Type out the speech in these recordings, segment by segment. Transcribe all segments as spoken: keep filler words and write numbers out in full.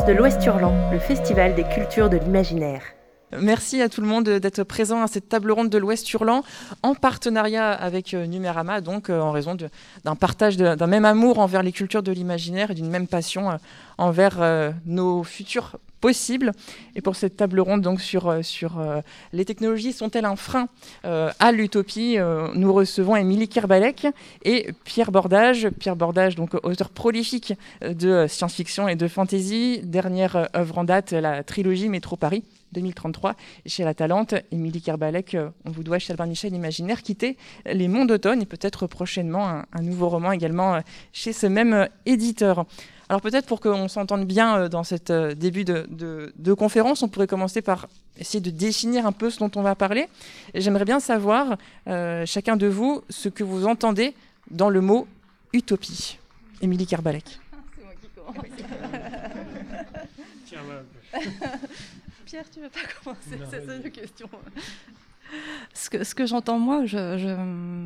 de l'Ouest Hurlant, le festival des cultures de l'imaginaire. Merci à tout le monde d'être présent à cette table ronde de l'Ouest Hurlant en partenariat avec Numérama, donc en raison de, d'un partage de, d'un même amour envers les cultures de l'imaginaire et d'une même passion envers euh, nos futurs possibles. Et pour cette table ronde donc sur, sur euh, les technologies sont-elles un frein euh, à l'utopie, euh, nous recevons Émilie Kerbalek et Pierre Bordage. Pierre Bordage, donc auteur prolifique de science-fiction et de fantasy, dernière œuvre en date, la trilogie Métro Paris deux mille trente-trois. Et chez La Talente, Émilie Kerbalek, on vous doit chez Albert Michel Imaginaire, quitter les monts d'automne et peut-être prochainement un, un nouveau roman également chez ce même éditeur. Alors peut-être pour qu'on s'entende bien dans ce début de, de, de conférence, on pourrait commencer par essayer de définir un peu ce dont on va parler. Et j'aimerais bien savoir, euh, chacun de vous, ce que vous entendez dans le mot utopie. Émilie Kerbalek. C'est moi qui commence. Tiens, voilà. Pierre, tu ne veux pas commencer? Non, c'est ça la question. Ce que, ce que j'entends moi, je, je...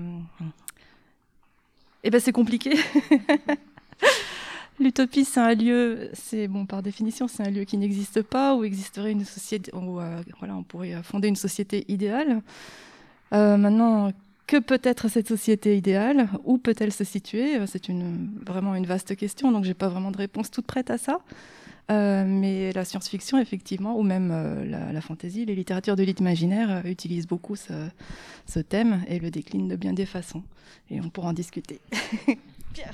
Eh ben, c'est compliqué. L'utopie, c'est un lieu, c'est bon par définition, c'est un lieu qui n'existe pas, où existerait une société, où euh, voilà, on pourrait fonder une société idéale. Euh, maintenant, que peut être cette société idéale? Où peut-elle se situer? C'est une, vraiment une vaste question, donc j'ai pas vraiment de réponse toute prête à ça. Euh, mais la science-fiction, effectivement, ou même euh, la, la fantasy, les littératures de l'imaginaire euh, utilisent beaucoup ce, ce thème et le déclinent de bien des façons. Et on pourra en discuter. Pierre.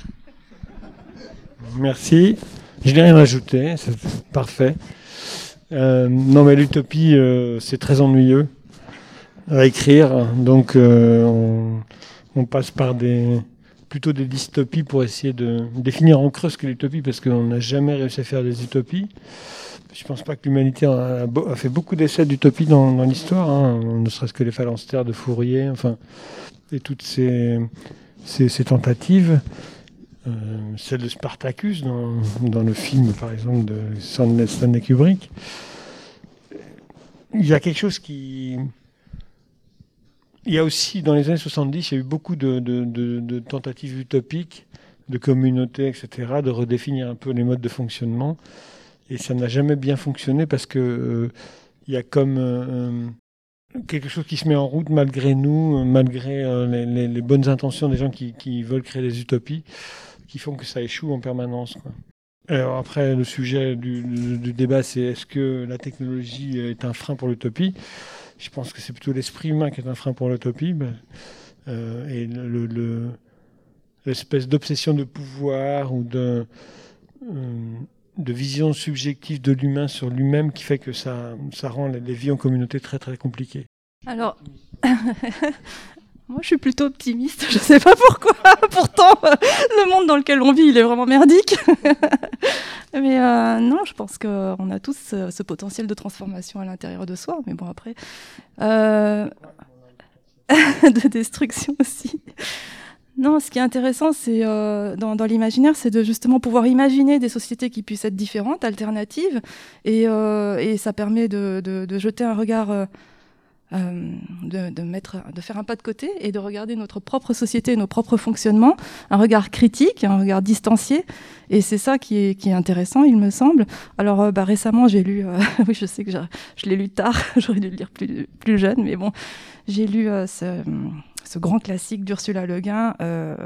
Merci. Je n'ai rien à ajouter, c'est parfait. Euh, non, mais l'utopie, euh, c'est très ennuyeux à écrire. Donc, euh, on, on passe par des, plutôt des dystopies pour essayer de définir en creux ce qu'est l'utopie, parce qu'on n'a jamais réussi à faire des utopies. Je ne pense pas que l'humanité a, a fait beaucoup d'essais d'utopie dans, dans l'histoire, hein, ne serait-ce que les phalanstères de Fourier, enfin, et toutes ces, ces, ces tentatives. Euh, celle de Spartacus dans, dans le film par exemple de Stanley Kubrick. Il y a quelque chose qui... Il y a aussi dans les années soixante-dix, il y a eu beaucoup de, de, de, de tentatives utopiques, de communautés, et cetera, de redéfinir un peu les modes de fonctionnement. Et ça n'a jamais bien fonctionné parce que euh, il y a comme euh, quelque chose qui se met en route malgré nous, malgré euh, les, les, les bonnes intentions des gens qui, qui veulent créer des utopies, qui font que ça échoue en permanence, quoi. Alors après, le sujet du, du, du débat, c'est est-ce que la technologie est un frein pour l'utopie? Je pense que c'est plutôt l'esprit humain qui est un frein pour l'utopie. Ben, euh, et le, le, l'espèce d'obsession de pouvoir ou de, euh, de vision subjective de l'humain sur lui-même qui fait que ça, ça rend les, les vies en communauté très très compliquées. Alors... Moi, je suis plutôt optimiste, je ne sais pas pourquoi. Pourtant, euh, le monde dans lequel on vit, il est vraiment merdique. Mais euh, non, je pense qu'on a tous ce, ce potentiel de transformation à l'intérieur de soi. Mais bon, après... Euh... de destruction aussi. Non, ce qui est intéressant, c'est euh, dans, dans l'imaginaire, c'est de justement pouvoir imaginer des sociétés qui puissent être différentes, alternatives. Et, euh, et ça permet de, de, de jeter un regard... Euh, Euh, de, de, mettre, de faire un pas de côté et de regarder notre propre société, nos propres fonctionnements, un regard critique, un regard distancié. Et c'est ça qui est, qui est intéressant, il me semble. Alors euh, bah, récemment, j'ai lu, euh, oui, je sais que je, je l'ai lu tard, j'aurais dû le lire plus, plus jeune, mais bon, j'ai lu euh, ce, ce grand classique d'Ursula Le Guin. Euh,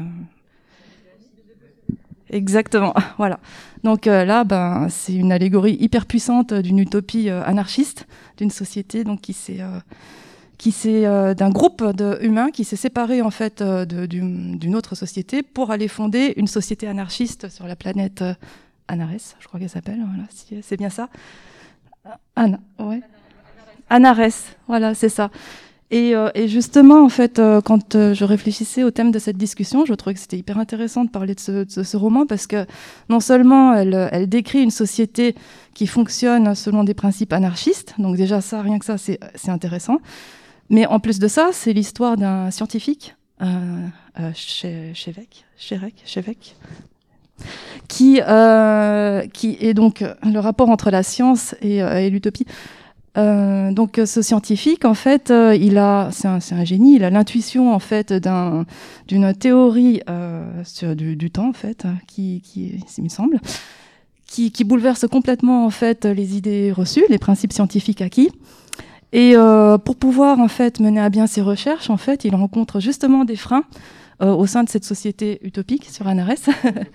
Exactement, voilà. Donc euh, là, ben, c'est une allégorie hyper puissante d'une utopie euh, anarchiste, d'une société donc qui s'est, euh, qui s'est euh, d'un groupe de humains qui s'est séparé en fait euh, de, d'une, d'une autre société pour aller fonder une société anarchiste sur la planète euh, Anarès, je crois qu'elle s'appelle. Voilà, si, c'est bien ça. Anna, ouais. Anarès, voilà, c'est ça. Et, euh, et justement, en fait, euh, quand euh, je réfléchissais au thème de cette discussion, je trouvais que c'était hyper intéressant de parler de ce, de ce roman parce que non seulement elle, elle décrit une société qui fonctionne selon des principes anarchistes, donc déjà ça, rien que ça, c'est, c'est intéressant, mais en plus de ça, c'est l'histoire d'un scientifique, euh, euh, Chevèque, Chérec, Chevèque, qui, euh, qui est donc le rapport entre la science et, euh, et l'utopie. Euh, donc ce scientifique, en fait, euh, il a, c'est un, c'est un génie. Il a l'intuition, en fait, d'un, d'une théorie euh, sur, du, du temps, en fait, qui, qui, il me semble, qui, qui bouleverse complètement en fait les idées reçues, les principes scientifiques acquis. Et euh, pour pouvoir en fait mener à bien ses recherches, en fait, il rencontre justement des freins euh, au sein de cette société utopique sur Anares.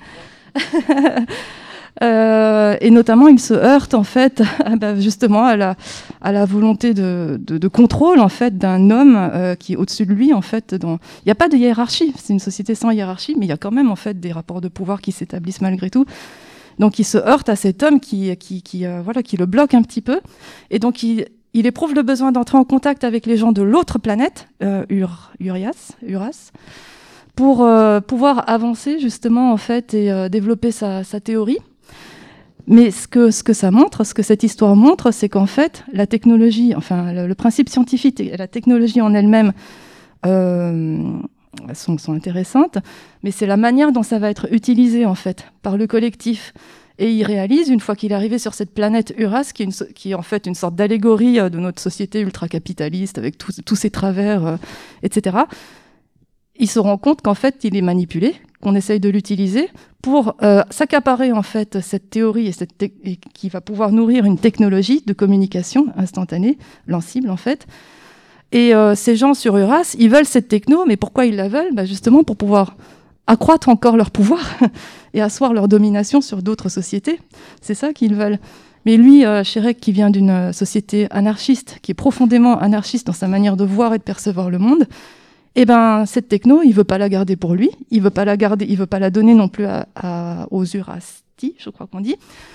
euh, et notamment, il se heurte en fait bah, justement à la, à la volonté de, de, de contrôle en fait d'un homme euh, qui est au-dessus de lui en fait. Dans... Il n'y a pas de hiérarchie, c'est une société sans hiérarchie, mais il y a quand même en fait des rapports de pouvoir qui s'établissent malgré tout. Donc, il se heurte à cet homme qui, qui, qui, euh, voilà, qui le bloque un petit peu, et donc il Il éprouve le besoin d'entrer en contact avec les gens de l'autre planète, euh, Ur, Urias, Uras, pour euh, pouvoir avancer justement en fait et euh, développer sa, sa théorie. Mais ce que, ce que ça montre, ce que cette histoire montre, c'est qu'en fait, la technologie, enfin le, le principe scientifique et la technologie en elle-même euh, sont, sont intéressantes, mais c'est la manière dont ça va être utilisé en fait par le collectif. Et il réalise, une fois qu'il est arrivé sur cette planète Uras, qui est, une, qui est en fait une sorte d'allégorie de notre société ultra-capitaliste, avec tous, tous ses travers, euh, et cetera, il se rend compte qu'en fait, il est manipulé, qu'on essaye de l'utiliser pour euh, s'accaparer en fait cette théorie et, cette te- et qui va pouvoir nourrir une technologie de communication instantanée, lancible en fait. Et euh, ces gens sur Uras, ils veulent cette techno, mais pourquoi ils la veulent ? Bah, justement pour pouvoir accroître encore leur pouvoir et asseoir leur domination sur d'autres sociétés. C'est ça qu'ils veulent. Mais lui, euh, Shrek, qui vient d'une société anarchiste, qui est profondément anarchiste dans sa manière de voir et de percevoir le monde, eh ben, cette techno, il veut pas la garder pour lui, il veut pas la garder, il veut pas la donner non plus à, à, aux Urasti, je crois qu'on dit.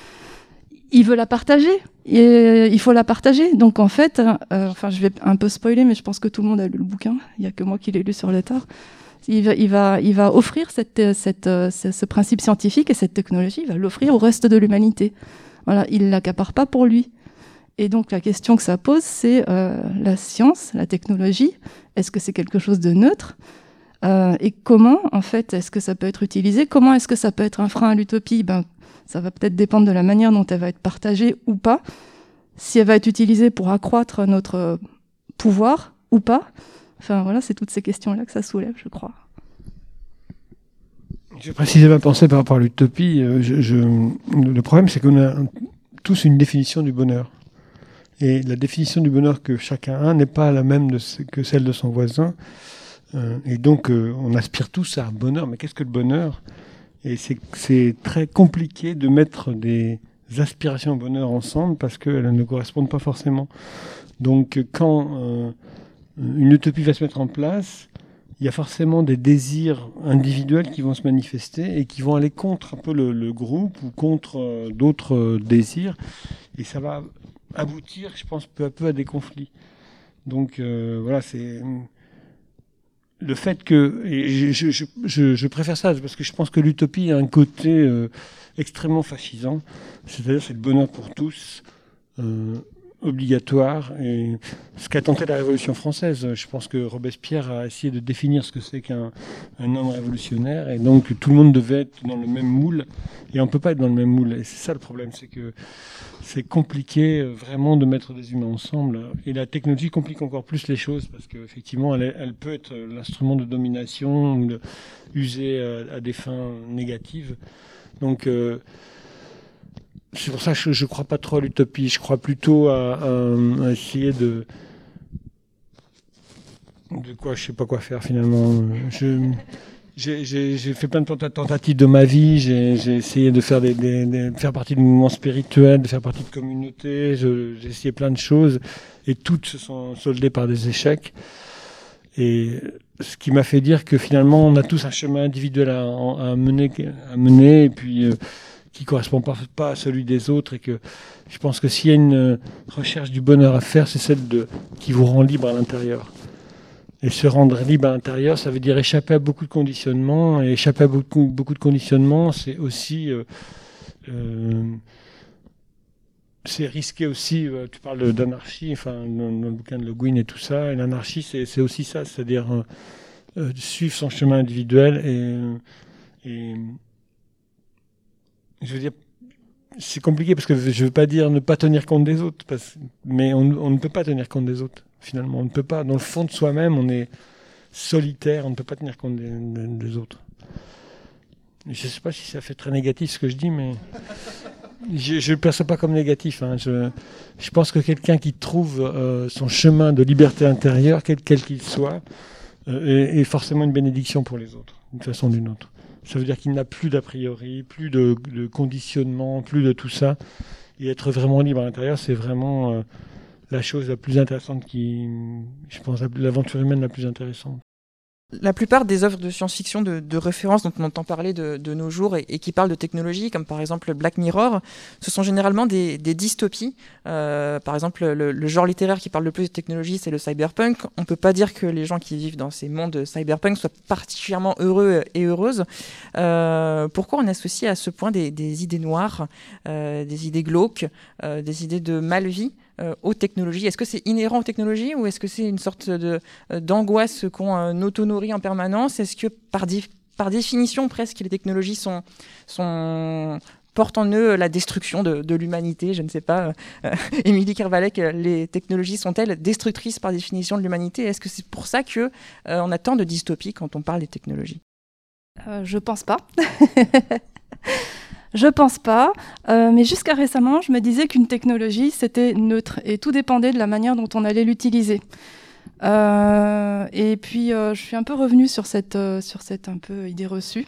Il veut la partager, et il faut la partager. Donc en fait, euh, enfin, je vais un peu spoiler, mais je pense que tout le monde a lu le bouquin. Il y a que moi qui l'ai lu sur le tard. Il va, il va, il va offrir cette, cette, ce, ce principe scientifique et cette technologie, il va l'offrir au reste de l'humanité. Voilà, il ne l'accapare pas pour lui. Et donc la question que ça pose, c'est euh, la science, la technologie, est-ce que c'est quelque chose de neutre ? euh, Et comment, en fait, est-ce que ça peut être utilisé ? Comment est-ce que ça peut être un frein à l'utopie ? Ben, ça va peut-être dépendre de la manière dont elle va être partagée ou pas. Si elle va être utilisée pour accroître notre pouvoir ou pas. Enfin voilà, c'est toutes ces questions-là que ça soulève, je crois. Je vais préciser ma pensée par rapport à l'utopie. Je, je, le problème, c'est qu'on a tous une définition du bonheur. Et la définition du bonheur que chacun a n'est pas la même de ce, que celle de son voisin. Euh, et donc, euh, on aspire tous à un bonheur. Mais qu'est-ce que le bonheur ? Et c'est, c'est très compliqué de mettre des aspirations au bonheur ensemble parce qu'elles ne correspondent pas forcément. Donc, quand euh, une utopie va se mettre en place, il y a forcément des désirs individuels qui vont se manifester et qui vont aller contre un peu le, le groupe ou contre euh, d'autres euh, désirs. Et ça va aboutir, je pense, peu à peu à des conflits. Donc euh, voilà, c'est le fait que... Et je, je, je, je préfère ça parce que je pense que l'utopie a un côté euh, extrêmement fascisant. C'est-à-dire c'est le bonheur pour tous. Euh, obligatoire, et ce qu'a tenté la Révolution française. Je pense que Robespierre a essayé de définir ce que c'est qu'un un homme révolutionnaire, et donc tout le monde devait être dans le même moule, et on ne peut pas être dans le même moule. Et c'est ça le problème, c'est que c'est compliqué vraiment de mettre des humains ensemble, et la technologie complique encore plus les choses, parce qu'effectivement, elle, elle peut être l'instrument de domination, de, usé à, à des fins négatives. Donc, euh, c'est pour ça que je ne crois pas trop à l'utopie. Je crois plutôt à, à, à essayer de... De quoi, je ne sais pas quoi faire finalement. Je, j'ai, j'ai, j'ai fait plein de tentatives de ma vie. J'ai, j'ai essayé de faire, des, des, des, de faire partie de mouvements spirituels, de faire partie de communautés. Je, j'ai essayé plein de choses. Et toutes se sont soldées par des échecs. Et ce qui m'a fait dire que finalement, on a tous un chemin individuel à, à, mener, à mener. Et puis... Euh, qui ne correspond pas, pas à celui des autres, et que je pense que s'il y a une recherche du bonheur à faire, c'est celle de, qui vous rend libre à l'intérieur. Et se rendre libre à l'intérieur, ça veut dire échapper à beaucoup de conditionnements, et échapper à beaucoup, beaucoup de conditionnements, c'est aussi... Euh, euh, c'est risqué aussi, euh, tu parles d'anarchie, enfin, dans, dans le bouquin de Le Guin et tout ça, et l'anarchie, c'est, c'est aussi ça, c'est-à-dire euh, euh, suivre son chemin individuel, et... et je veux dire, c'est compliqué parce que je veux pas dire ne pas tenir compte des autres, parce, mais on, on ne peut pas tenir compte des autres, finalement. On ne peut pas, dans le fond de soi-même, on est solitaire, on ne peut pas tenir compte des, des, des autres. Et je ne sais pas si ça fait très négatif ce que je dis, mais Je ne le perçois pas comme négatif. Hein. Je, je pense que quelqu'un qui trouve euh, son chemin de liberté intérieure, quel quel qu'il soit, euh, est, est forcément une bénédiction pour les autres, d'une façon ou d'une autre. Ça veut dire qu'il n'a plus d'a priori, plus de, de conditionnement, plus de tout ça. Et être vraiment libre à l'intérieur, c'est vraiment euh, la chose la plus intéressante qui, je pense, l'aventure humaine la plus intéressante. La plupart des œuvres de science-fiction de, de référence dont on entend parler de, de nos jours et, et qui parlent de technologie, comme par exemple Black Mirror, ce sont généralement des, des dystopies. Euh, par exemple, le, le genre littéraire qui parle le plus de technologie, c'est le cyberpunk. On ne peut pas dire que les gens qui vivent dans ces mondes cyberpunk soient particulièrement heureux et heureuses. Euh, pourquoi on associe à ce point des, des idées noires, euh, des idées glauques, euh, des idées de mal-vie Euh, aux technologies? Est-ce que c'est inhérent aux technologies ou est-ce que c'est une sorte de, euh, d'angoisse qu'on euh, auto-nourrit en permanence? Est-ce que par, di- par définition presque les technologies sont, sont, portent en eux la destruction de, de l'humanité? Je ne sais pas. Euh, Émilie Kervalec, les technologies sont-elles destructrices par définition de l'humanité? Est-ce que c'est pour ça qu'on euh, a tant de dystopies quand on parle des technologies? euh, Je pense pas. Je pense pas, euh, mais jusqu'à récemment, je me disais qu'une technologie, c'était neutre et tout dépendait de la manière dont on allait l'utiliser. Euh, et puis, euh, je suis un peu revenue sur cette, euh, sur cette un peu idée reçue.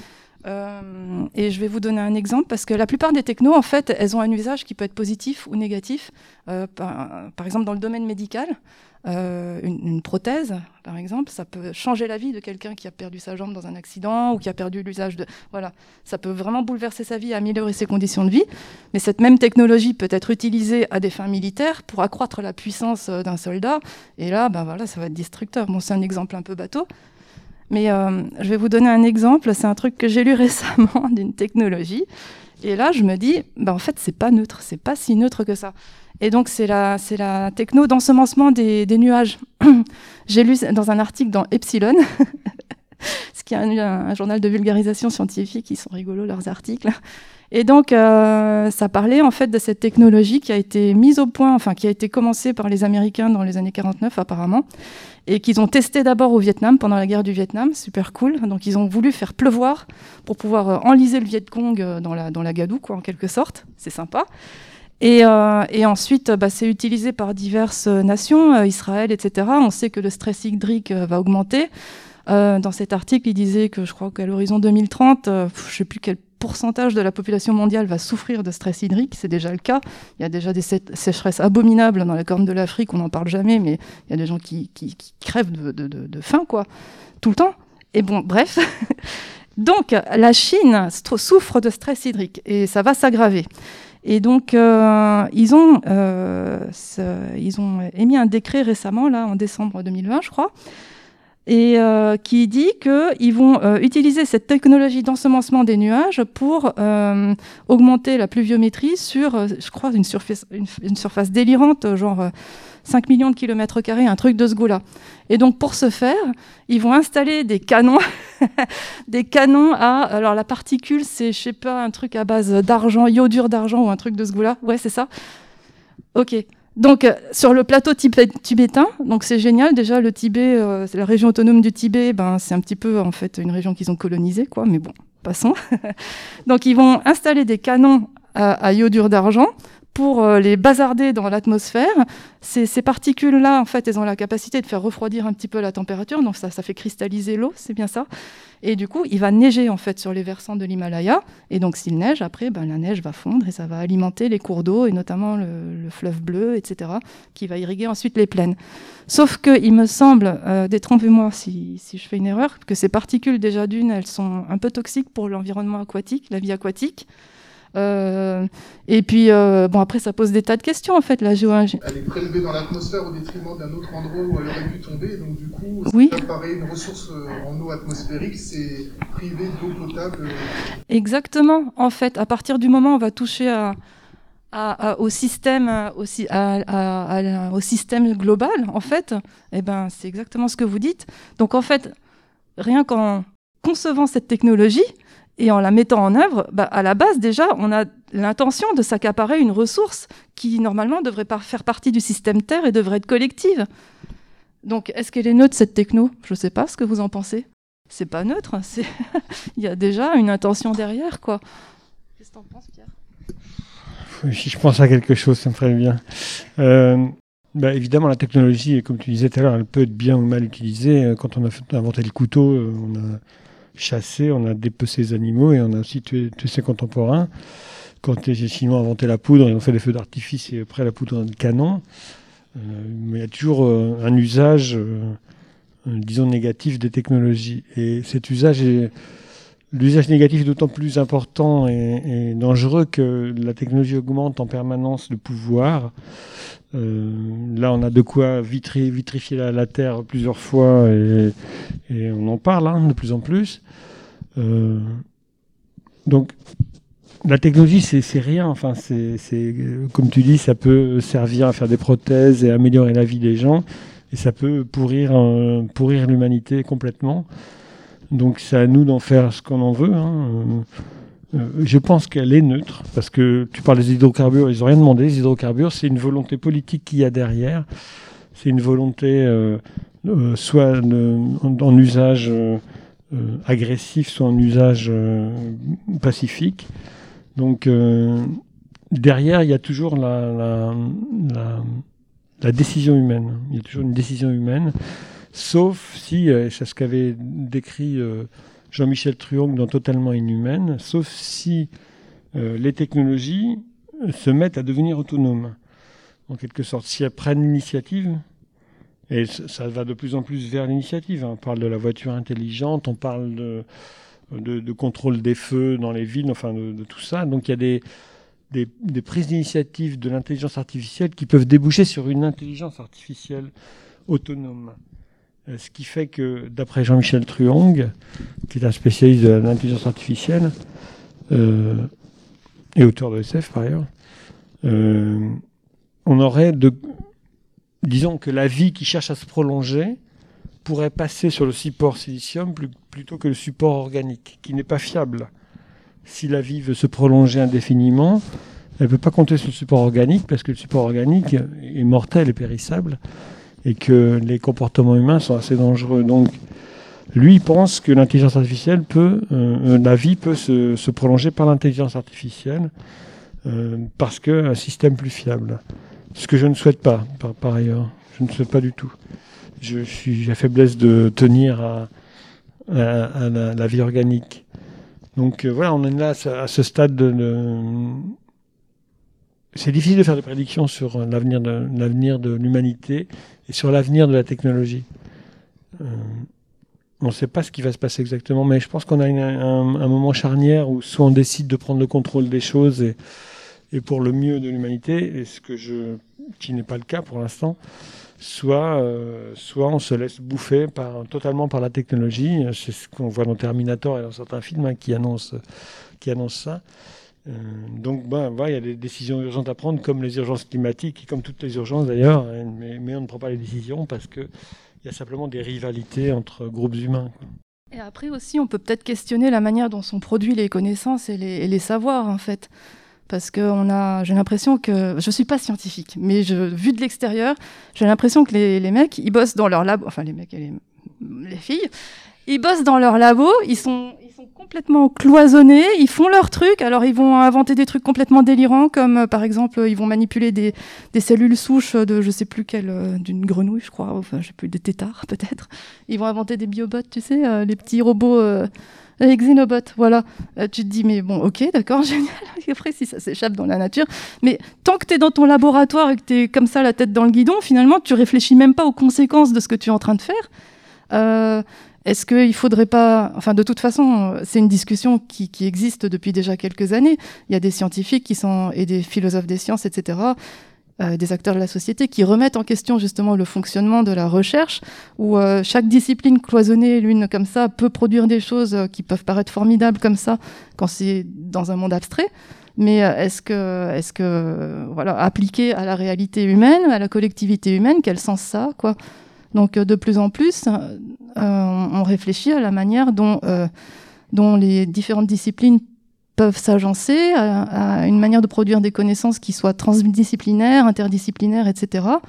Euh, et je vais vous donner un exemple parce que la plupart des technos, en fait, elles ont un usage qui peut être positif ou négatif. Euh, par, par exemple, dans le domaine médical, euh, une, une prothèse, par exemple, ça peut changer la vie de quelqu'un qui a perdu sa jambe dans un accident ou qui a perdu l'usage de... Voilà, ça peut vraiment bouleverser sa vie, améliorer ses conditions de vie. Mais cette même technologie peut être utilisée à des fins militaires pour accroître la puissance d'un soldat. Et là, ben voilà, ça va être destructeur. Bon, c'est un exemple un peu bateau. Mais euh, je vais vous donner un exemple, c'est un truc que j'ai lu récemment d'une technologie. Et là, je me dis, bah, en fait, c'est pas neutre, c'est pas si neutre que ça. Et donc, c'est la, c'est la techno d'ensemencement des, des nuages. J'ai lu dans un article dans Epsilon, ce qui est un, un journal de vulgarisation scientifique, ils sont rigolos leurs articles. Et donc, euh, ça parlait en fait de cette technologie qui a été mise au point, enfin qui a été commencée par les Américains dans les années quarante-neuf apparemment, et qu'ils ont testé d'abord au Vietnam, pendant la guerre du Vietnam, super cool. Donc ils ont voulu faire pleuvoir pour pouvoir euh, enliser le Viet Cong euh, dans la, dans la gadoue, quoi, en quelque sorte. C'est sympa. Et, euh, et ensuite, bah, c'est utilisé par diverses nations, euh, Israël, et cetera. On sait que le stress hydrique euh, va augmenter. Euh, dans cet article, il disait que je crois qu'à l'horizon deux mille trente, euh, je ne sais plus quel pourcentage de la population mondiale va souffrir de stress hydrique, c'est déjà le cas. Il y a déjà des sécheresses abominables dans la corne de l'Afrique, on n'en parle jamais, mais il y a des gens qui, qui, qui crèvent de, de, de, de faim, quoi, tout le temps. Et bon, bref. Donc, la Chine souffre de stress hydrique et ça va s'aggraver. Et donc, euh, ils, ont, euh, ce, ils ont émis un décret récemment, là, en décembre deux mille vingt, je crois, et euh, qui dit qu'ils vont euh, utiliser cette technologie d'ensemencement des nuages pour euh, augmenter la pluviométrie sur, euh, je crois, une surface, une, une surface délirante, genre euh, cinq millions de kilomètres carrés, un truc de ce goût-là. Et donc, pour ce faire, ils vont installer des canons, des canons à... Alors, la particule, c'est, je sais pas, un truc à base d'argent, iodure d'argent ou un truc de ce goût-là. Ouais, c'est ça. OK. Donc, euh, sur le plateau tibétain, donc c'est génial. Déjà, le Tibet, euh, c'est la région autonome du Tibet, ben, c'est un petit peu, en fait, une région qu'ils ont colonisée, quoi. Mais bon, passons. Donc, ils vont installer des canons à, à iodure d'argent pour euh, les bazarder dans l'atmosphère. Ces, ces particules-là, en fait, elles ont la capacité de faire refroidir un petit peu la température. Donc, ça, ça fait cristalliser l'eau, c'est bien ça. Et du coup, il va neiger, en fait, sur les versants de l'Himalaya. Et donc, s'il neige, après, ben, la neige va fondre et ça va alimenter les cours d'eau, et notamment le, le fleuve bleu, et cetera, qui va irriguer ensuite les plaines. Sauf qu'il me semble, euh, détrompez-moi si, si je fais une erreur, que ces particules, déjà d'une, elles sont un peu toxiques pour l'environnement aquatique, la vie aquatique. Euh, et puis, euh, bon, après, ça pose des tas de questions, en fait, la géo-ingé. Elle est prélevée dans l'atmosphère au détriment d'un autre endroit où elle aurait pu tomber. Donc, du coup, oui. Ça paraît une ressource en eau atmosphérique, c'est privé d'eau potable. Exactement. En fait, à partir du moment où on va toucher à, à, à, au, système, au, à, à, à, au système global, en fait, eh ben, c'est exactement ce que vous dites. Donc, en fait, rien qu'en concevant cette technologie, et en la mettant en œuvre, bah, à la base, déjà, on a l'intention de s'accaparer une ressource qui, normalement, devrait pas faire partie du système Terre et devrait être collective. Donc, est-ce qu'elle est neutre, cette techno ? Je ne sais pas ce que vous en pensez. C'est pas neutre. C'est... Il y a déjà une intention derrière, quoi. Qu'est-ce que t'en penses, Pierre ? Si je pense à quelque chose, ça me ferait bien. Euh, bah, évidemment, la technologie, comme tu disais tout à l'heure, elle peut être bien ou mal utilisée. Quand on a fait, inventé le couteau, on a chassé, on a dépecé les animaux et on a aussi tué, tué ses contemporains. Quand les Chinois ont inventé la poudre, ils ont fait des feux d'artifice et après la poudre dans le canon. Euh, mais il y a toujours euh, un usage, euh, disons, négatif des technologies. Et cet usage est... L'usage négatif est d'autant plus important et, et dangereux que la technologie augmente en permanence le pouvoir. Euh, là, on a de quoi vitri- vitrifier la, la Terre plusieurs fois et, et on en parle hein, de plus en plus. Euh, donc, la technologie, c'est, c'est rien. Enfin, c'est, c'est, comme tu dis, ça peut servir à faire des prothèses et améliorer la vie des gens. Et ça peut pourrir, euh, pourrir l'humanité complètement. Donc c'est à nous d'en faire ce qu'on en veut. Hein. Euh, je pense qu'elle est neutre, parce que tu parles des hydrocarbures, ils n'ont rien demandé. Les hydrocarbures, c'est une volonté politique qu'il y a derrière. C'est une volonté euh, euh, soit de, en, en usage euh, euh, agressif, soit en usage euh, pacifique. Donc euh, derrière, il y a toujours la, la, la, la décision humaine. Il y a toujours une décision humaine. Sauf si, euh, c'est ce qu'avait décrit euh, Jean-Michel Truong dans Totalement Inhumaine, sauf si euh, les technologies se mettent à devenir autonomes, en quelque sorte. Si elles prennent l'initiative, et ça va de plus en plus vers l'initiative, hein. On parle de la voiture intelligente, on parle de, de, de contrôle des feux dans les villes, enfin de, de tout ça. Donc il y a des, des, des prises d'initiative de l'intelligence artificielle qui peuvent déboucher sur une intelligence artificielle autonome. Ce qui fait que, d'après Jean-Michel Truong, qui est un spécialiste de l'intelligence artificielle, euh, et auteur de S F par ailleurs, euh, on aurait de... Disons que la vie qui cherche à se prolonger pourrait passer sur le support silicium plus, plutôt que le support organique, qui n'est pas fiable. Si la vie veut se prolonger indéfiniment, elle ne peut pas compter sur le support organique, parce que le support organique est mortel et périssable, et que les comportements humains sont assez dangereux. Donc, lui pense que l'intelligence artificielle peut, euh, la vie peut se, se prolonger par l'intelligence artificielle, euh, parce qu'un système plus fiable. Ce que je ne souhaite pas, par, par ailleurs. Je ne souhaite pas du tout. Je suis, j'ai la faiblesse de tenir à, à, à la, la vie organique. Donc, euh, voilà, on est là à ce stade de... de c'est difficile de faire des prédictions sur l'avenir de, l'avenir de l'humanité et sur l'avenir de la technologie. Euh, on ne sait pas ce qui va se passer exactement, mais je pense qu'on a une, un, un moment charnière où soit on décide de prendre le contrôle des choses et, et pour le mieux de l'humanité, et ce que je, qui n'est pas le cas pour l'instant, soit, euh, soit on se laisse bouffer par, totalement par la technologie. C'est ce qu'on voit dans Terminator et dans certains films hein, qui annoncent, qui annoncent ça. Euh, donc, ben, ben, il y a des décisions urgentes à prendre, comme les urgences climatiques, et comme toutes les urgences d'ailleurs, mais, mais on ne prend pas les décisions parce qu'il y a simplement des rivalités entre groupes humains, quoi. Et après aussi, on peut peut-être questionner la manière dont sont produits les connaissances et les, et les savoirs, en fait. Parce que on a, j'ai l'impression que... Je ne suis pas scientifique, mais je, vu de l'extérieur, j'ai l'impression que les, les mecs, ils bossent dans leur labo... Enfin, les mecs et les, les filles, ils bossent dans leur labo, ils sont... complètement cloisonnés, ils font leur truc, alors ils vont inventer des trucs complètement délirants, comme euh, par exemple, ils vont manipuler des, des cellules souches de je sais plus quelle, euh, d'une grenouille, je crois, enfin je sais plus, des têtards peut-être. Ils vont inventer des biobots, tu sais, euh, les petits robots, euh, les xénobots, voilà. Euh, tu te dis, mais bon, ok, d'accord, génial, et après si ça s'échappe dans la nature, mais tant que t'es dans ton laboratoire et que t'es comme ça, la tête dans le guidon, finalement, tu réfléchis même pas aux conséquences de ce que tu es en train de faire. Euh, Est-ce qu'il ne faudrait pas... Enfin, de toute façon, c'est une discussion qui, qui existe depuis déjà quelques années. Il y a des scientifiques qui sont, et des philosophes des sciences, et cetera, euh, des acteurs de la société qui remettent en question justement le fonctionnement de la recherche, où euh, chaque discipline cloisonnée, l'une comme ça, peut produire des choses qui peuvent paraître formidables comme ça, quand c'est dans un monde abstrait. Mais est-ce que, est-ce que voilà, appliqué à la réalité humaine, à la collectivité humaine, quel sens ça, quoi ? Donc, de plus en plus, euh, on réfléchit à la manière dont, euh, dont les différentes disciplines peuvent s'agencer, à, à une manière de produire des connaissances qui soient transdisciplinaires, interdisciplinaires, et cetera.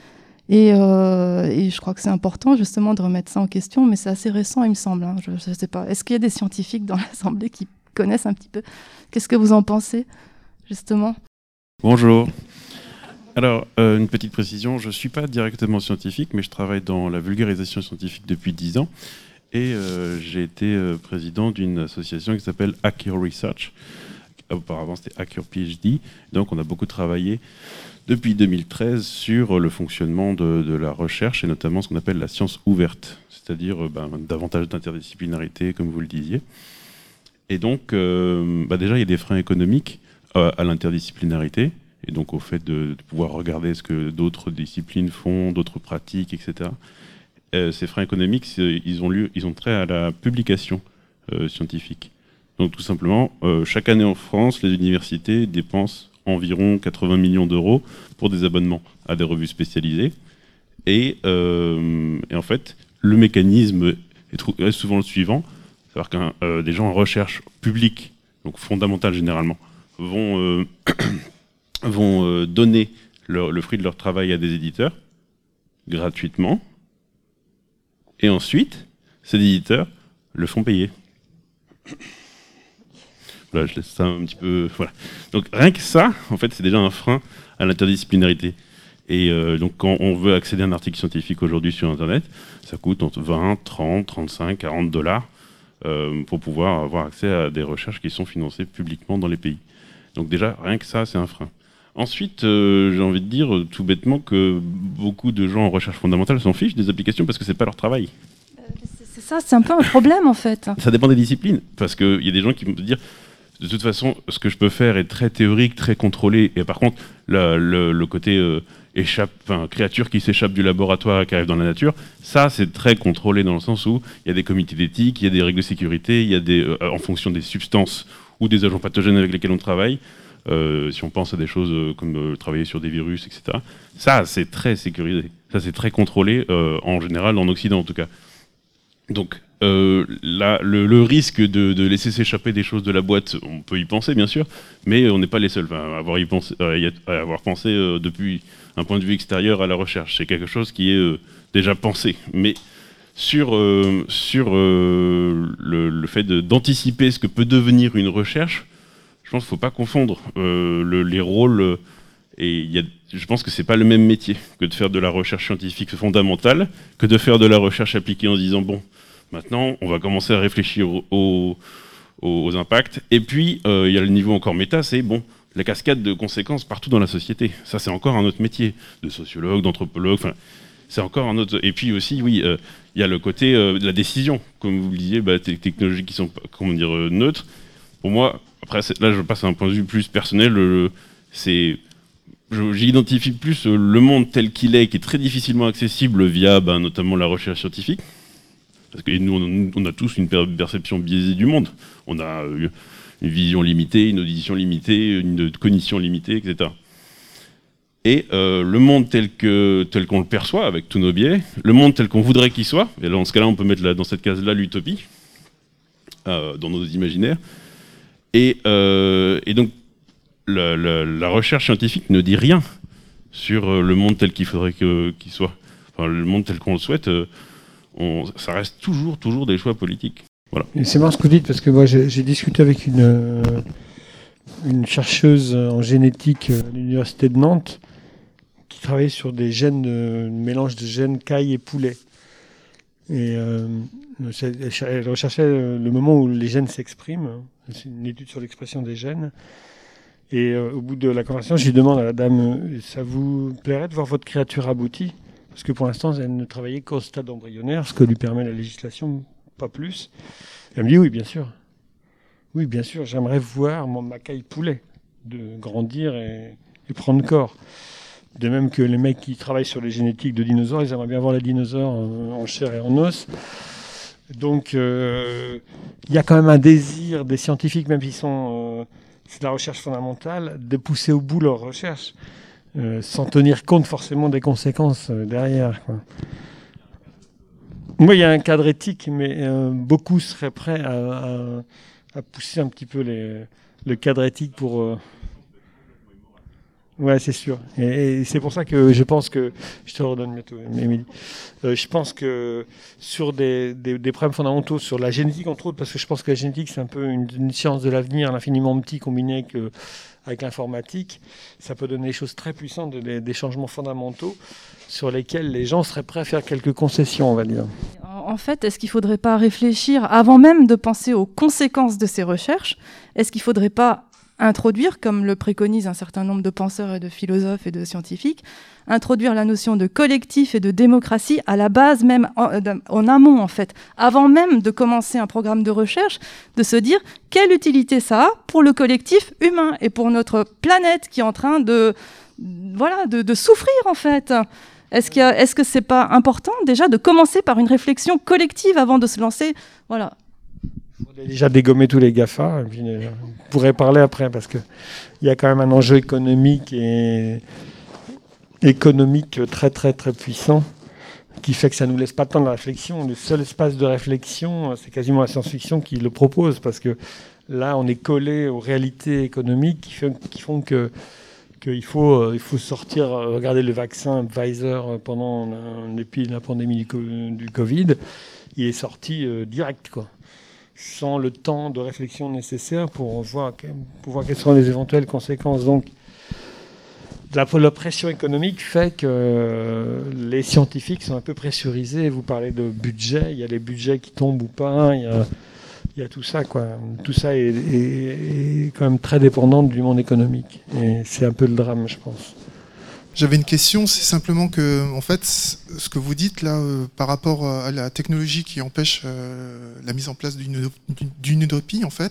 Et, euh, et je crois que c'est important, justement, de remettre ça en question, mais c'est assez récent, il me semble. Hein, je ne sais pas. Est-ce qu'il y a des scientifiques dans l'Assemblée qui connaissent un petit peu ? Qu'est-ce que vous en pensez ? justement. Bonjour. Alors, euh, une petite précision, je ne suis pas directement scientifique, mais je travaille dans la vulgarisation scientifique depuis dix ans. Et euh, j'ai été euh, président d'une association qui s'appelle Hack Your Research. Auparavant, c'était Hack Your PhD. Donc, on a beaucoup travaillé depuis deux mille treize sur le fonctionnement de, de la recherche et notamment ce qu'on appelle la science ouverte, c'est-à-dire euh, ben, davantage d'interdisciplinarité, comme vous le disiez. Et donc, euh, bah déjà, il y a des freins économiques euh, à l'interdisciplinarité, et donc au fait de, de pouvoir regarder ce que d'autres disciplines font, d'autres pratiques, et cetera. Euh, ces freins économiques, ils ont, lieu, ils ont trait à la publication euh, scientifique. Donc tout simplement, euh, chaque année en France, les universités dépensent environ quatre-vingts millions d'euros pour des abonnements à des revues spécialisées. Et, euh, et en fait, le mécanisme est, est souvent le suivant. C'est-à-dire que euh, des gens en recherche publique, donc fondamentale généralement, vont, euh, vont euh, donner leur, le fruit de leur travail à des éditeurs, gratuitement, et ensuite, ces éditeurs le font payer. Voilà, je laisse ça un petit peu... Voilà. Donc rien que ça, en fait, c'est déjà un frein à l'interdisciplinarité. Et euh, donc quand on veut accéder à un article scientifique aujourd'hui sur Internet, ça coûte entre vingt, trente, trente-cinq, quarante dollars. Euh, pour pouvoir avoir accès à des recherches qui sont financées publiquement dans les pays. Donc déjà, rien que ça, c'est un frein. Ensuite, euh, j'ai envie de dire tout bêtement que beaucoup de gens en recherche fondamentale s'en fichent des applications parce que c'est pas leur travail. Euh, c'est ça, c'est un peu un problème en fait. Ça dépend des disciplines, parce qu'il y a des gens qui vont te dire de toute façon, ce que je peux faire est très théorique, très contrôlé, et par contre, la, le, le côté... Euh, échappe, enfin, créature qui s'échappe du laboratoire et qui arrive dans la nature, ça c'est très contrôlé dans le sens où il y a des comités d'éthique, il y a des règles de sécurité, il y a des, euh, en fonction des substances ou des agents pathogènes avec lesquels on travaille, euh, si on pense à des choses euh, comme euh, travailler sur des virus, et cetera. Ça c'est très sécurisé, ça c'est très contrôlé, euh, en général en Occident en tout cas. Donc euh, là, le, le risque de, de laisser s'échapper des choses de la boîte, on peut y penser bien sûr, mais on n'est pas les seuls enfin, à avoir, y pensé, à y avoir pensé euh, depuis un point de vue extérieur à la recherche. C'est quelque chose qui est euh, déjà pensé. Mais sur, euh, sur euh, le, le fait de, d'anticiper ce que peut devenir une recherche, je pense qu'il ne faut pas confondre euh, le, les rôles. Euh, et y a, je pense que ce n'est pas le même métier que de faire de la recherche scientifique fondamentale, que de faire de la recherche appliquée en se disant, bon, maintenant, on va commencer à réfléchir aux, aux, aux impacts. Et puis, il euh, y a le niveau encore méta, c'est, bon, la cascade de conséquences partout dans la société. Ça, c'est encore un autre métier, de sociologue, d'anthropologue, enfin, c'est encore un autre... Et puis aussi, oui, il euh, y a le côté euh, de la décision, comme vous le disiez, bah, des technologies qui sont, comment dire, euh, neutres. Pour moi, après, là, je passe à un point de vue plus personnel, le, c'est... J'identifie plus le monde tel qu'il est, qui est très difficilement accessible via bah, notamment la recherche scientifique. Parce que nous, on, on a tous une perception biaisée du monde. On a euh, une vision limitée, une audition limitée, une cognition limitée, et cetera. Et euh, le monde tel que tel qu'on le perçoit, avec tous nos biais, le monde tel qu'on voudrait qu'il soit, et là, dans ce cas-là, on peut mettre là, dans cette case-là l'utopie, euh, dans nos imaginaires. Et, euh, et donc, La, la, la recherche scientifique ne dit rien sur le monde tel qu'il faudrait que, qu'il soit. Enfin, le monde tel qu'on le souhaite, on, ça reste toujours, toujours des choix politiques. Voilà. Et c'est marrant ce que vous dites, parce que moi j'ai, j'ai discuté avec une, euh, une chercheuse en génétique à l'université de Nantes qui travaillait sur des gènes, de, un mélange de gènes caille et poulet. Et euh, elle recherchait le moment où les gènes s'expriment. C'est une étude sur l'expression des gènes. Et euh, au bout de la conversation, je lui demande à la dame, euh, ça vous plairait de voir votre créature aboutie ? Parce que pour l'instant, elle ne travaillait qu'au stade embryonnaire, ce que lui permet la législation, pas plus. Elle me dit oui, bien sûr. Oui, bien sûr, j'aimerais voir mon macaille poulet de grandir et, et prendre corps. De même que les mecs qui travaillent sur les génétiques de dinosaures, ils aimeraient bien voir les dinosaures en, en chair et en os. Donc, il euh, y a quand même un désir des scientifiques, même s'ils sont... Euh, c'est de la recherche fondamentale, de pousser au bout leur recherche, euh, sans tenir compte forcément des conséquences euh, derrière, quoi. Moi, il y a un cadre éthique, mais euh, beaucoup seraient prêts à, à, à pousser un petit peu les, le cadre éthique pour... Euh... Ouais, c'est sûr. Et, et c'est pour ça que je pense que, je te redonne bientôt, Émilie, euh, je pense que sur des, des, des problèmes fondamentaux, sur la génétique entre autres, parce que je pense que la génétique c'est un peu une, une science de l'avenir, l'infiniment petit combiné avec, euh, avec l'informatique, ça peut donner des choses très puissantes, des, des changements fondamentaux sur lesquels les gens seraient prêts à faire quelques concessions, on va dire. En fait, est-ce qu'il ne faudrait pas réfléchir, avant même de penser aux conséquences de ces recherches, est-ce qu'il ne faudrait pas introduire, comme le préconisent un certain nombre de penseurs et de philosophes et de scientifiques, introduire la notion de collectif et de démocratie à la base même, en, en amont en fait, avant même de commencer un programme de recherche, de se dire quelle utilité ça a pour le collectif humain et pour notre planète qui est en train de, voilà, de, de souffrir en fait. Est-ce qu'il y a, est-ce que c'est pas important déjà de commencer par une réflexion collective avant de se lancer, voilà. Il faudrait déjà dégommer tous les GAFA. Et puis, euh, on pourrait parler après parce qu'il y a quand même un enjeu économique et économique très très très puissant qui fait que ça ne nous laisse pas de temps de réflexion. Le seul espace de réflexion, c'est quasiment la science-fiction qui le propose parce que là, on est collé aux réalités économiques qui, fait, qui font que qu'il faut, euh, il faut sortir, euh, regarder le vaccin Pfizer pendant la, la pandémie du, du Covid. Il est sorti euh, direct, quoi. Sans le temps de réflexion nécessaire pour voir, pour voir quelles seront les éventuelles conséquences. Donc, la, la pression économique fait que euh, les scientifiques sont un peu pressurisés. Vous parlez de budget, il y a les budgets qui tombent ou pas, il y a, il y a tout ça, quoi. Tout ça est, est, est quand même très dépendant du monde économique. Et c'est un peu le drame, je pense. J'avais une question, c'est simplement que, en fait, ce que vous dites là, euh, par rapport à la technologie qui empêche euh, la mise en place d'une, d'une utopie, en fait,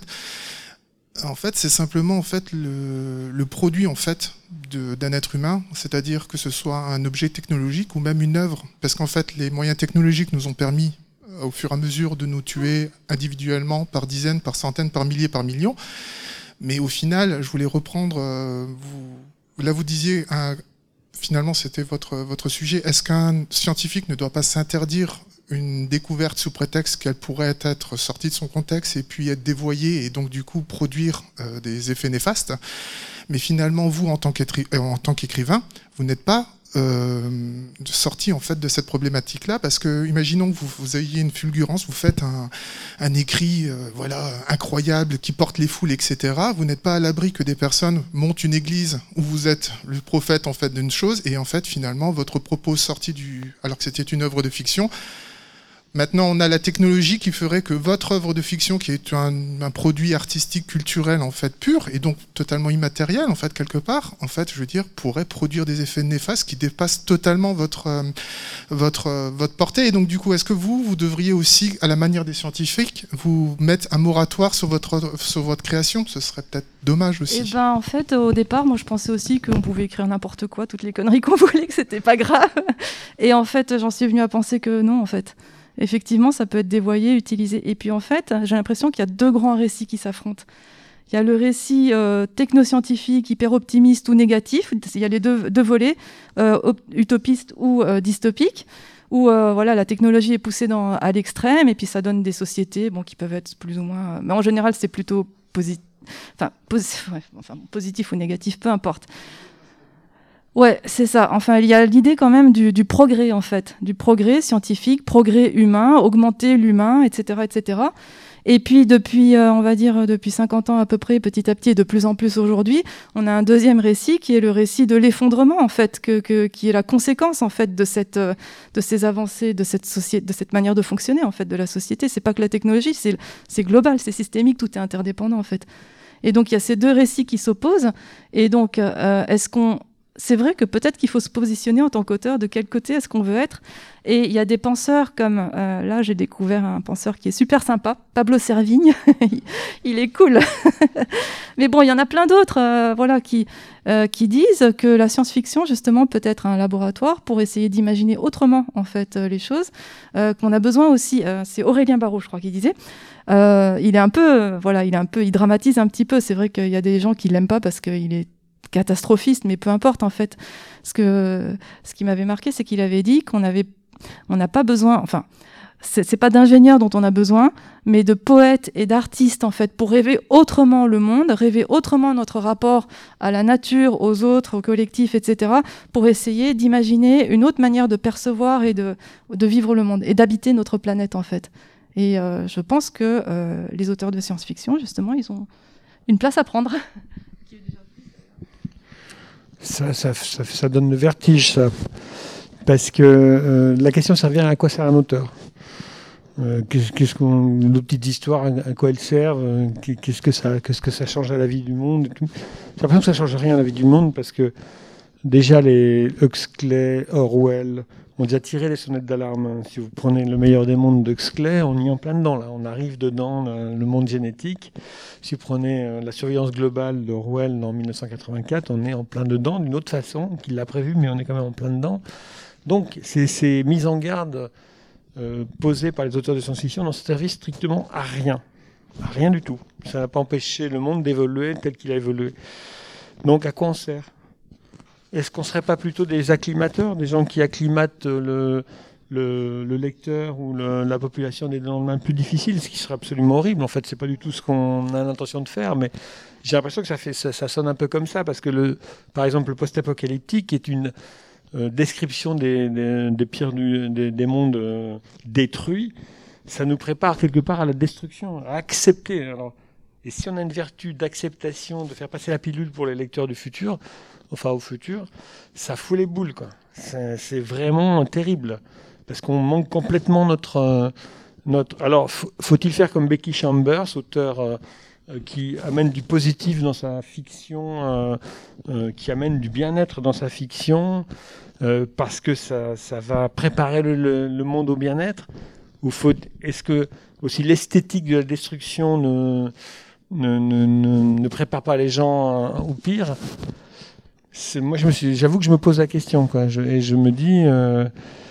en fait, c'est simplement en fait le, le produit en fait de, d'un être humain, c'est-à-dire que ce soit un objet technologique ou même une œuvre, parce qu'en fait, les moyens technologiques nous ont permis, au fur et à mesure, de nous tuer individuellement, par dizaines, par centaines, par milliers, par millions. Mais au final, je voulais reprendre, euh, vous, là, vous disiez un Finalement, c'était votre, votre sujet. Est-ce qu'un scientifique ne doit pas s'interdire une découverte sous prétexte qu'elle pourrait être sortie de son contexte et puis être dévoyée et donc du coup produire euh, des effets néfastes? Mais finalement, vous, en tant, qu'étri- euh, en tant qu'écrivain, vous n'êtes pas euh, sorti en fait de cette problématique-là, parce que imaginons que vous, vous ayez une fulgurance, vous faites un, un écrit euh, voilà, incroyable qui porte les foules, et cetera. Vous n'êtes pas à l'abri que des personnes montent une église où vous êtes le prophète en fait d'une chose, et en fait finalement votre propos sorti du, alors que c'était une œuvre de fiction. Maintenant, on a la technologie qui ferait que votre œuvre de fiction, qui est un, un produit artistique, culturel, en fait, pur, et donc totalement immatériel, en fait, quelque part, en fait, je veux dire, pourrait produire des effets néfastes qui dépassent totalement votre, euh, votre, euh, votre portée. Et donc, du coup, est-ce que vous, vous devriez aussi, à la manière des scientifiques, vous mettre un moratoire sur votre, sur votre création? Ce serait peut-être dommage aussi. Eh ben, en fait, au départ, moi, je pensais aussi qu'on pouvait écrire n'importe quoi, toutes les conneries qu'on voulait, que c'était pas grave. Et en fait, j'en suis venue à penser que non, en fait. Effectivement, ça peut être dévoyé, utilisé. Et puis en fait, j'ai l'impression qu'il y a deux grands récits qui s'affrontent. Il y a le récit euh, technoscientifique, hyper optimiste ou négatif. Il y a les deux, deux volets, euh, op- utopiste ou euh, dystopique, où euh, voilà, la technologie est poussée dans, à l'extrême et puis ça donne des sociétés bon, qui peuvent être plus ou moins... Euh, mais en général, c'est plutôt posi- enfin, posi- ouais, enfin, positif ou négatif, peu importe. Ouais, c'est ça. Enfin, il y a l'idée quand même du, du progrès, en fait, du progrès scientifique, progrès humain, augmenter l'humain, et cetera, et cetera. Et puis, depuis, euh, on va dire, depuis cinquante ans à peu près, petit à petit, et de plus en plus aujourd'hui, on a un deuxième récit qui est le récit de l'effondrement, en fait, que, que, qui est la conséquence, en fait, de cette, euh, de ces avancées, de cette société, de cette manière de fonctionner, en fait, de la société. C'est pas que la technologie, c'est, c'est global, c'est systémique, tout est interdépendant, en fait. Et donc, il y a ces deux récits qui s'opposent. Et donc, euh, est-ce qu'on c'est vrai que peut-être qu'il faut se positionner en tant qu'auteur de quel côté est-ce qu'on veut être. Et il y a des penseurs comme, euh, là j'ai découvert un penseur qui est super sympa, Pablo Servigne, il est cool. Mais bon, il y en a plein d'autres euh, voilà, qui, euh, qui disent que la science-fiction justement peut être un laboratoire pour essayer d'imaginer autrement en fait euh, les choses, euh, qu'on a besoin aussi, euh, c'est Aurélien Barraud je crois qu'il disait, euh, il est un peu, euh, voilà, il est un peu, il dramatise un petit peu, c'est vrai qu'il y a des gens qui l'aiment pas parce qu'il est catastrophiste, mais peu importe en fait. Ce, que, ce qui m'avait marqué, c'est qu'il avait dit qu'on avait, on n'a pas besoin, enfin, c'est, c'est pas d'ingénieurs dont on a besoin, mais de poètes et d'artistes en fait, pour rêver autrement le monde, rêver autrement notre rapport à la nature, aux autres, au collectif, et cetera, pour essayer d'imaginer une autre manière de percevoir et de, de vivre le monde et d'habiter notre planète en fait. Et euh, je pense que euh, les auteurs de science-fiction, justement, ils ont une place à prendre. Ça, ça, ça, ça donne le vertige, ça. Parce que euh, la question, ça revient à quoi sert un auteur. Euh, qu'est-ce, qu'est-ce qu'on, nos petites histoires, à quoi elles servent, euh, qu'est-ce que ça, qu'est-ce que ça change à la vie du monde et tout. J'ai l'impression que ça change rien à la vie du monde parce que déjà les Huxley, Orwell ont déjà tiré les sonnettes d'alarme. Si vous prenez Le meilleur des mondes d'Huxley, on y est en plein dedans là. On arrive dedans le monde génétique. Si vous prenez La surveillance globale d'Orwell en dix-neuf cent quatre-vingt-quatre, on est en plein dedans d'une autre façon qu'il l'a prévu, mais on est quand même en plein dedans. Donc ces, ces mises en garde euh, posées par les auteurs de science-fiction n'ont servi strictement à rien. À rien du tout. Ça n'a pas empêché le monde d'évoluer tel qu'il a évolué. Donc à quoi on sert ? Est-ce qu'on ne serait pas plutôt des acclimateurs, des gens qui acclimatent le, le, le lecteur ou le, la population des lendemains plus difficiles, ce qui serait absolument horrible. En fait, ce n'est pas du tout ce qu'on a l'intention de faire, mais j'ai l'impression que ça, fait, ça, ça sonne un peu comme ça, parce que, le, par exemple, le post-apocalyptique est une euh, description des, des, des pires du, des, des mondes euh, détruits. Ça nous prépare quelque part à la destruction, à accepter. Alors, et si on a une vertu d'acceptation, de faire passer la pilule pour les lecteurs du futur, enfin au futur, ça fout les boules, quoi. C'est, c'est vraiment terrible, parce qu'on manque complètement notre... Euh, notre... Alors, faut, faut-il faire comme Becky Chambers, auteur euh, qui amène du positif dans sa fiction, euh, euh, qui amène du bien-être dans sa fiction, euh, parce que ça, ça va préparer le, le, le monde au bien-être, ou faut, est-ce que aussi l'esthétique de la destruction ne, ne, ne, ne, ne prépare pas les gens euh, au pire ? C'est, moi, je me suis, j'avoue que je me pose la question, quoi. Je, et je me dis, euh,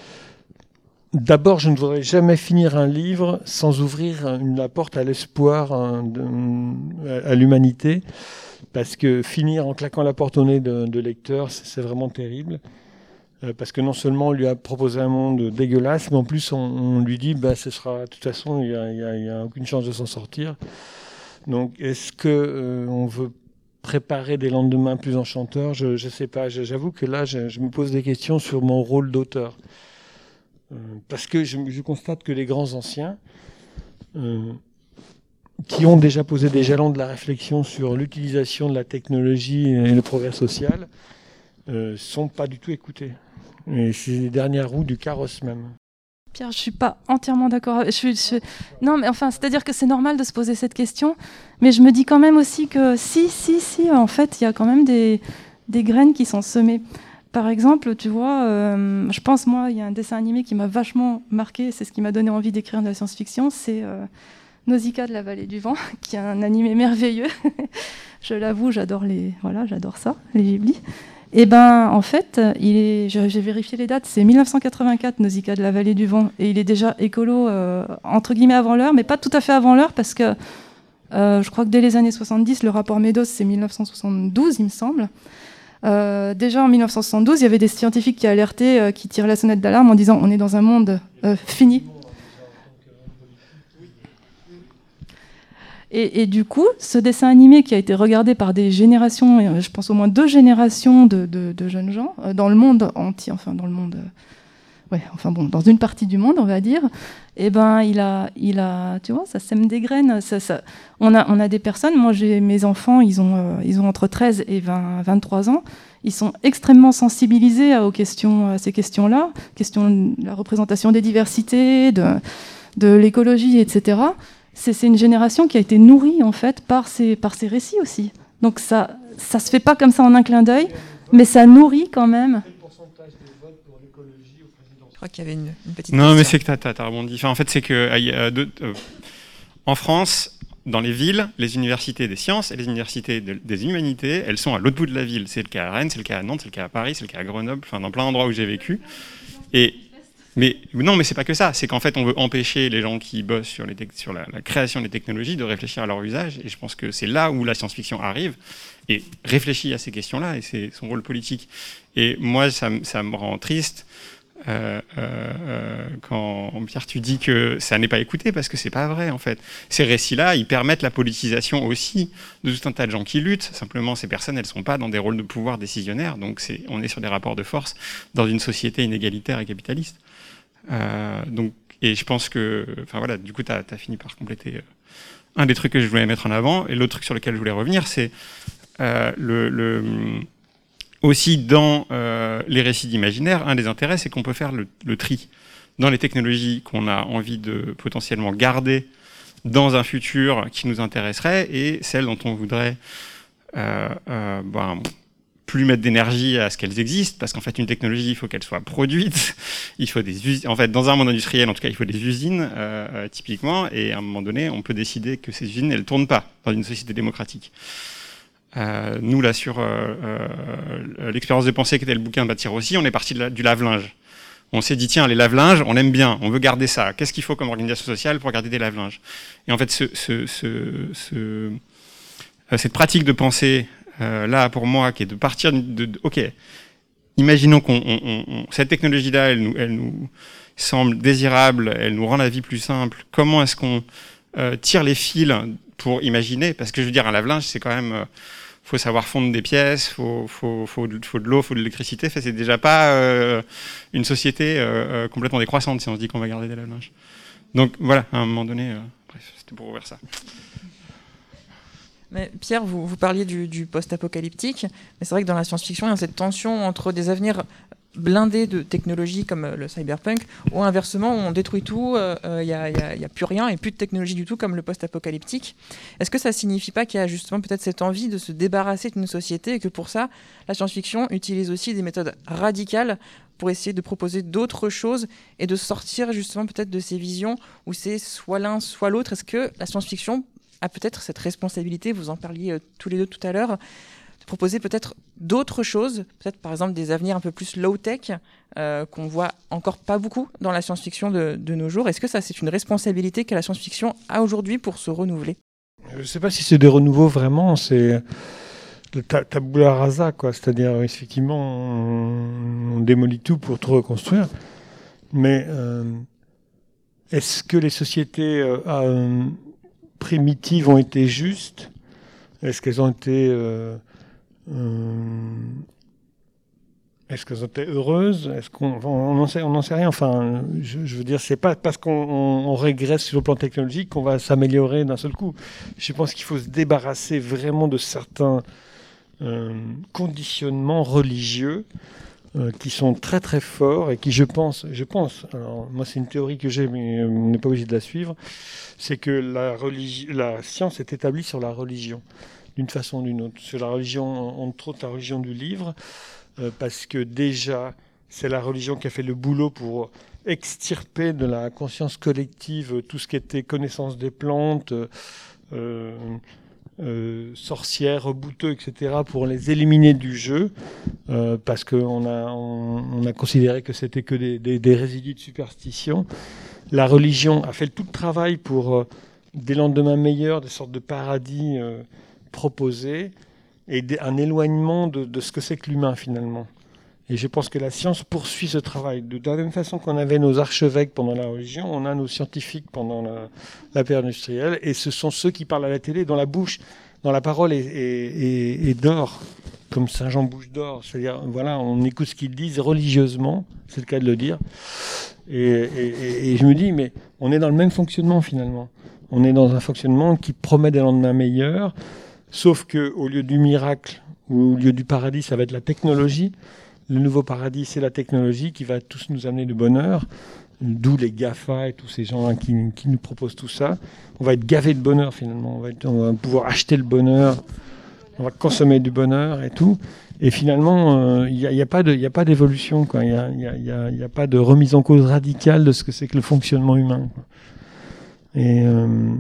d'abord, je ne voudrais jamais finir un livre sans ouvrir une, la porte à l'espoir, hein, de, à, à l'humanité, parce que finir en claquant la porte au nez de, de lecteur, c'est, c'est vraiment terrible. Euh, parce que non seulement on lui a proposé un monde dégueulasse, mais en plus on, on lui dit, bah, ce sera, de toute façon, il n'y a, a, a aucune chance de s'en sortir. Donc, est-ce que euh, on veut préparer des lendemains plus enchanteurs ? Je ne sais pas. Je, j'avoue que là, je, je me pose des questions sur mon rôle d'auteur. Euh, parce que je, je constate que les grands anciens, euh, qui ont déjà posé des jalons de la réflexion sur l'utilisation de la technologie et le progrès social, ne euh, sont pas du tout écoutés. Et c'est les dernières roues du carrosse même. Pierre, je suis pas entièrement d'accord. Je suis, je... Non, mais enfin, c'est-à-dire que c'est normal de se poser cette question, mais je me dis quand même aussi que si, si, si, en fait, il y a quand même des, des graines qui sont semées. Par exemple, tu vois, euh, je pense, moi, il y a un dessin animé qui m'a vachement marqué, c'est ce qui m'a donné envie d'écrire de la science-fiction, c'est euh, Nausicaa de la vallée du vent, qui est un animé merveilleux. Je l'avoue, j'adore les, voilà, j'adore ça, les Ghibli. Et ben, en fait, il est, j'ai, j'ai vérifié les dates, c'est dix-neuf cent quatre-vingt-quatre, Nausicaa de la vallée du vent, et il est déjà écolo, euh, entre guillemets, avant l'heure, mais pas tout à fait avant l'heure, parce que euh, je crois que dès les années soixante-dix, le rapport Meadows, c'est dix-neuf cent soixante-douze, il me semble. Euh, déjà en dix-neuf cent soixante-douze, il y avait des scientifiques qui alertaient, euh, qui tiraient la sonnette d'alarme en disant « on est dans un monde euh, fini ». Et, et du coup, ce dessin animé qui a été regardé par des générations, je pense au moins deux générations de, de, de jeunes gens, euh, dans le monde entier, enfin dans le monde, euh, ouais, enfin bon, dans une partie du monde, on va dire, et eh ben il a, il a, tu vois, ça sème des graines. Ça, ça, on a, on a des personnes. Moi, j'ai mes enfants, ils ont, euh, ils ont entre treize et vingt, vingt-trois ans. Ils sont extrêmement sensibilisés aux questions, à ces questions-là, question de la représentation des diversités, de, de l'écologie, et cetera. C'est, c'est une génération qui a été nourrie en fait par ces, par ces récits aussi. Donc ça, ça se fait pas comme ça en un clin d'œil, mais ça nourrit quand même. Je crois qu'il y avait une, une petite. Non, question. mais c'est que t'as, t'as rebondi. Enfin, en fait, c'est que euh, deux, euh, en France, dans les villes, les universités des sciences et les universités de, des humanités, elles sont à l'autre bout de la ville. C'est le cas à Rennes, c'est le cas à Nantes, c'est le cas à Paris, c'est le cas à Grenoble, enfin dans plein d'endroits où j'ai vécu. Et Mais non, mais c'est pas que ça. C'est qu'en fait, on veut empêcher les gens qui bossent sur, les te- sur la, la création des technologies de réfléchir à leur usage. Et je pense que c'est là où la science-fiction arrive et réfléchit à ces questions-là. Et c'est son rôle politique. Et moi, ça, m- ça me rend triste euh, euh, quand Pierre, tu dis que ça n'est pas écouté, parce que c'est pas vrai en fait. Ces récits-là, ils permettent la politisation aussi de tout un tas de gens qui luttent. Simplement, ces personnes, elles sont pas dans des rôles de pouvoir décisionnaires, donc c'est, on est sur des rapports de force dans une société inégalitaire et capitaliste. Euh, donc, et je pense que, enfin voilà, du coup, tu as fini par compléter euh, un des trucs que je voulais mettre en avant, et l'autre truc sur lequel je voulais revenir, c'est euh, le, le aussi dans euh, les récits d'imaginaire, un des intérêts, c'est qu'on peut faire le, le tri dans les technologies qu'on a envie de potentiellement garder dans un futur qui nous intéresserait et celles dont on voudrait euh, euh, ben, plus mettre d'énergie à ce qu'elles existent, parce qu'en fait, une technologie, il faut qu'elle soit produite, il faut des usines, en fait, dans un monde industriel, en tout cas, il faut des usines, euh, typiquement, et à un moment donné, on peut décider que ces usines, elles ne tournent pas dans une société démocratique. Euh, nous, là, sur euh, euh, l'expérience de pensée qui était le bouquin de Bâtir aussi, on est parti de la, du lave-linge. On s'est dit, tiens, les lave-linges, on aime bien, on veut garder ça. Qu'est-ce qu'il faut comme organisation sociale pour garder des lave-linges? Et en fait, ce, ce, ce, ce, euh, cette pratique de pensée, euh, là, pour moi, qui est de partir de... de, de OK, imaginons qu'on... On, on, cette technologie-là, elle nous, elle nous semble désirable, elle nous rend la vie plus simple. Comment est-ce qu'on euh, tire les fils pour imaginer? Parce que je veux dire, un lave-linge, c'est quand même... Euh, faut savoir fondre des pièces, faut, faut, faut, faut de l'eau, faut de l'électricité. Enfin, c'est déjà pas euh, une société euh, complètement décroissante si on se dit qu'on va garder des lave-linges. Donc voilà, à un moment donné, euh, bref, c'était pour ouvrir ça. Mais Pierre, vous, vous parliez du, du post-apocalyptique, mais c'est vrai que dans la science-fiction, il y a cette tension entre des avenirs blindés de technologies comme le cyberpunk, ou inversement, où on détruit tout, il euh, n'y a, y a, y a plus rien et plus de technologie du tout, comme le post-apocalyptique. Est-ce que ça ne signifie pas qu'il y a justement peut-être cette envie de se débarrasser d'une société et que pour ça, la science-fiction utilise aussi des méthodes radicales pour essayer de proposer d'autres choses et de sortir justement peut-être de ces visions où c'est soit l'un, soit l'autre? Est-ce que la science-fiction a peut-être cette responsabilité, vous en parliez euh, tous les deux tout à l'heure, de proposer peut-être d'autres choses, peut-être par exemple des avenirs un peu plus low-tech, euh, qu'on voit encore pas beaucoup dans la science-fiction de, de nos jours. Est-ce que ça, c'est une responsabilité que la science-fiction a aujourd'hui pour se renouveler? Je ne sais pas si c'est des renouveaux vraiment, c'est le ta- tabula rasa, quoi. C'est-à-dire, effectivement, on, on démolit tout pour tout reconstruire. Mais euh, est-ce que les sociétés euh, euh, primitives ont été justes? Est-ce qu'elles ont été... Euh, Euh, est-ce qu'elles ont été heureuses? Est-ce qu'on on n'en sait, on n'en sait rien. Enfin, je, je veux dire, c'est pas parce qu'on on, on régresse sur le plan technologique qu'on va s'améliorer d'un seul coup. Je pense qu'il faut se débarrasser vraiment de certains euh, conditionnements religieux euh, qui sont très très forts et qui, je pense, je pense. Alors, moi, c'est une théorie que j'ai, mais on n'est pas obligé de la suivre. C'est que la, religi- la science est établie sur la religion, d'une façon ou d'une autre. Sur la religion, entre autres la religion du livre, euh, parce que déjà, c'est la religion qui a fait le boulot pour extirper de la conscience collective tout ce qui était connaissance des plantes, euh, euh, sorcières, bouteux, et cetera, pour les éliminer du jeu, euh, parce qu'on a, on, on a considéré que c'était que des, des, des résidus de superstition. La religion a fait tout le travail pour euh, des lendemains meilleurs, des sortes de paradis euh, proposé et un éloignement de, de ce que c'est que l'humain finalement. Et je pense que la science poursuit ce travail. De, de la même façon qu'on avait nos archevêques pendant la religion, on a nos scientifiques pendant la, la période industrielle, et ce sont ceux qui parlent à la télé, dont la bouche, dont la parole est, est, est, est d'or, comme Saint Jean bouche d'or. C'est-à-dire, voilà, on écoute ce qu'ils disent religieusement, c'est le cas de le dire. Et, et, et je me dis, mais on est dans le même fonctionnement finalement. On est dans un fonctionnement qui promet des lendemains meilleurs. Sauf qu'au lieu du miracle, ou au lieu du paradis, ça va être la technologie. Le nouveau paradis, c'est la technologie qui va tous nous amener du bonheur. D'où les GAFA et tous ces gens qui, qui nous proposent tout ça. On va être gavé de bonheur finalement. On va, être, on va pouvoir acheter le bonheur. On va consommer du bonheur et tout. Et finalement, il euh, n'y a, a, a pas d'évolution. Il n'y a, y a, y a, y a pas de remise en cause radicale de ce que c'est que le fonctionnement humain, quoi. Et... Euh,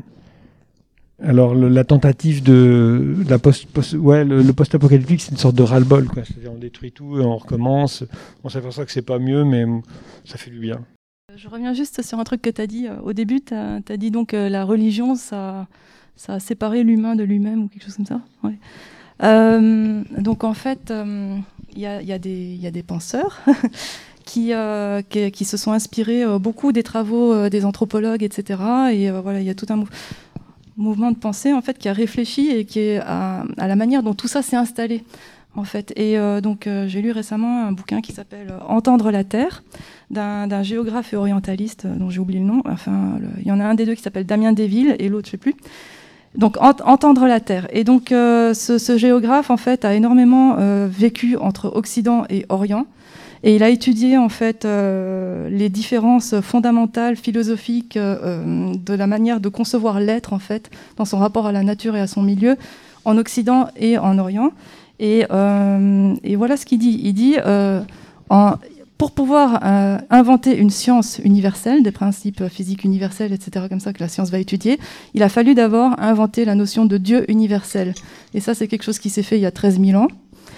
Alors le, la tentative de, de la post, post ouais le, le post-apocalyptique, c'est une sorte de ras-le-bol, quoi. C'est-à-dire on détruit tout et on recommence. On s'aperçoit que c'est pas mieux, mais ça fait du bien. Je reviens juste sur un truc que tu as dit euh, au début. Tu as dit donc euh, la religion, ça, ça a séparé l'humain de lui-même ou quelque chose comme ça. Ouais. Euh, donc en fait, il euh, y, y, y a des penseurs qui, euh, qui, qui se sont inspirés euh, beaucoup des travaux euh, des anthropologues, et cetera. Et euh, voilà, il y a tout un mou- mouvement de pensée en fait qui a réfléchi et qui est à, à la manière dont tout ça s'est installé en fait. Et euh, donc euh, j'ai lu récemment un bouquin qui s'appelle euh, Entendre la Terre d'un, d'un géographe et orientaliste euh, dont j'ai oublié le nom. Enfin, le, il y en a un des deux qui s'appelle Damien Desvilles et l'autre je sais plus. Donc ent- entendre la Terre. Et donc euh, ce, ce géographe en fait a énormément euh, vécu entre Occident et Orient. Et il a étudié en fait euh, les différences fondamentales philosophiques euh, de la manière de concevoir l'être en fait dans son rapport à la nature et à son milieu en Occident et en Orient. Et, euh, et voilà ce qu'il dit. Il dit euh, en, pour pouvoir euh, inventer une science universelle, des principes physiques universels, et cetera, comme ça que la science va étudier, il a fallu d'abord inventer la notion de Dieu universel. Et ça, c'est quelque chose qui s'est fait il y a treize mille ans.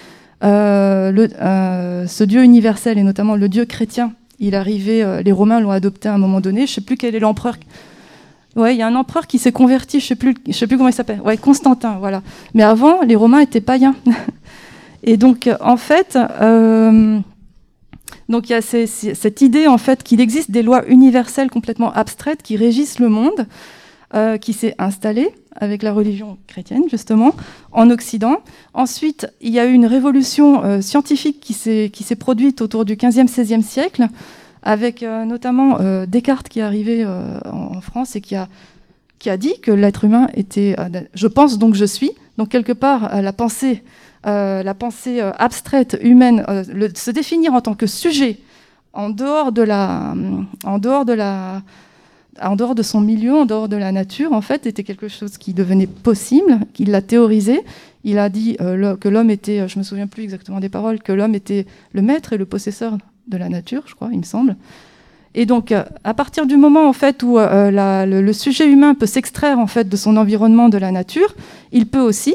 Euh, le, euh, ce Dieu universel, et notamment le Dieu chrétien, il est arrivé, euh, les Romains l'ont adopté à un moment donné. Je ne sais plus quel est l'empereur. Ouais, il y a un empereur qui s'est converti, je ne sais plus, je sais plus comment il s'appelle. Ouais, Constantin, voilà. Mais avant, les Romains étaient païens. Et donc, en fait, euh, donc il y a ces, ces, cette idée en fait qu'il existe des lois universelles complètement abstraites qui régissent le monde, euh, qui s'est installée avec la religion chrétienne, justement, en Occident. Ensuite, il y a eu une révolution euh, scientifique qui s'est, qui s'est produite autour du quinzième seizième siècle, avec euh, notamment euh, Descartes qui est arrivé euh, en, en France et qui a, qui a dit que l'être humain était euh, « je pense donc je suis ». Donc, quelque part, euh, la pensée, euh, la pensée euh, abstraite, humaine, euh, le, se définir en tant que sujet, en dehors de la... En dehors de la en dehors de son milieu, en dehors de la nature, en fait, était quelque chose qui devenait possible, qu'il l'a théorisé. Il a dit euh, le, que l'homme était, je me souviens plus exactement des paroles, que l'homme était le maître et le possesseur de la nature, je crois, il me semble. Et donc, euh, à partir du moment en fait où euh, la, le, le sujet humain peut s'extraire en fait de son environnement, de la nature, il peut aussi,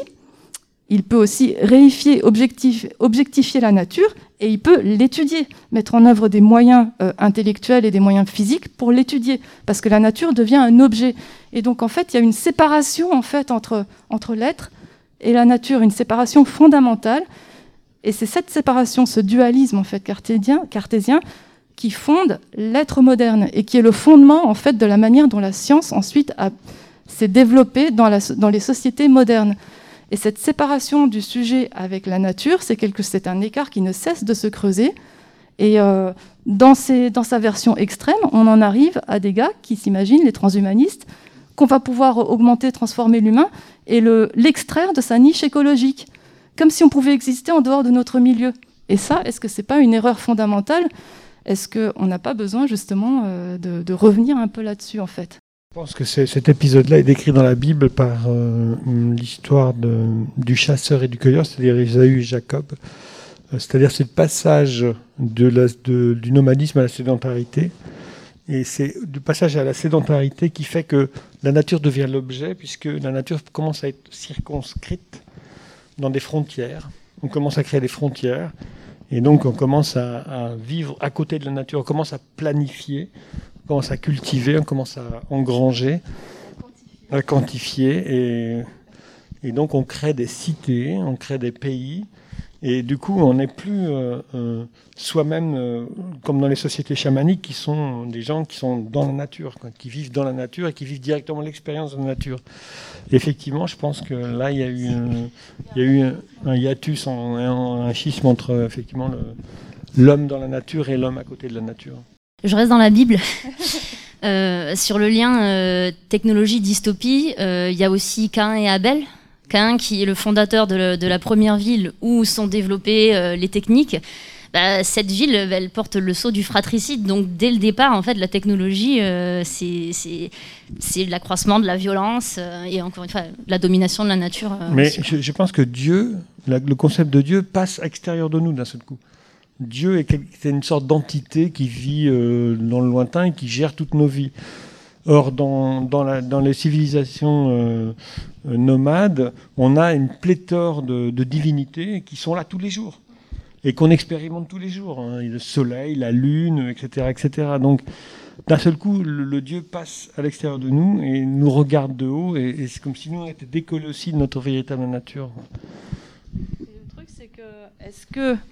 il peut aussi réifier, objectif, objectifier la nature. Et il peut l'étudier, mettre en œuvre des moyens euh, intellectuels et des moyens physiques pour l'étudier, parce que la nature devient un objet. Et donc, en fait, il y a une séparation en fait, entre, entre l'être et la nature, une séparation fondamentale. Et c'est cette séparation, ce dualisme en fait, cartésien, cartésien qui fonde l'être moderne et qui est le fondement en fait, de la manière dont la science ensuite a, s'est développée dans, la, dans les sociétés modernes. Et cette séparation du sujet avec la nature, c'est, quelque, c'est un écart qui ne cesse de se creuser. Et euh, dans, ces, dans sa version extrême, on en arrive à des gars qui s'imaginent, les transhumanistes, qu'on va pouvoir augmenter, transformer l'humain et le, l'extraire de sa niche écologique, comme si on pouvait exister en dehors de notre milieu. Et ça, est-ce que ce n'est pas une erreur fondamentale ? Est-ce qu'on n'a pas besoin justement euh, de, de revenir un peu là-dessus, en fait ? Je pense que c'est, cet épisode-là est décrit dans la Bible par euh, l'histoire de, du chasseur et du cueilleur, c'est-à-dire Ésaü et Jacob. Euh, c'est-à-dire c'est le passage de la, de, du nomadisme à la sédentarité. Et c'est le passage à la sédentarité qui fait que la nature devient l'objet, puisque la nature commence à être circonscrite dans des frontières. On commence à créer des frontières. Et donc on commence à, à vivre à côté de la nature, on commence à planifier. On commence à cultiver, on commence à engranger, à quantifier, et, et donc on crée des cités, on crée des pays, et du coup on n'est plus euh, euh, soi-même euh, comme dans les sociétés chamaniques qui sont des gens qui sont dans la nature, quoi, qui vivent dans la nature et qui vivent directement l'expérience de la nature. Et effectivement, je pense que là il y a eu, euh, il y a eu un, un hiatus, un, un schisme entre effectivement le, l'homme dans la nature et l'homme à côté de la nature. Je reste dans la Bible. euh, sur le lien euh, technologie-dystopie, il euh, y a aussi Caïn et Abel. Caïn, qui est le fondateur de, le, de la première ville où sont développées euh, les techniques. Bah, cette ville, elle porte le sceau du fratricide. Donc, dès le départ, en fait, la technologie, euh, c'est, c'est, c'est l'accroissement de la violence euh, et encore une fois, la domination de la nature. Euh, Mais aussi, je, je pense que Dieu, la, le concept de Dieu passe à l'extérieur de nous d'un seul coup. Dieu est, est une sorte d'entité qui vit euh, dans le lointain et qui gère toutes nos vies. Or, dans, dans, la, dans les civilisations euh, nomades, on a une pléthore de, de divinités qui sont là tous les jours et qu'on expérimente tous les jours. Hein. Le soleil, la lune, et cetera, et cetera. Donc, d'un seul coup, le, le Dieu passe à l'extérieur de nous et nous regarde de haut, et, et c'est comme si nous on était décollés aussi de notre véritable nature. Et le truc, c'est que, est-ce que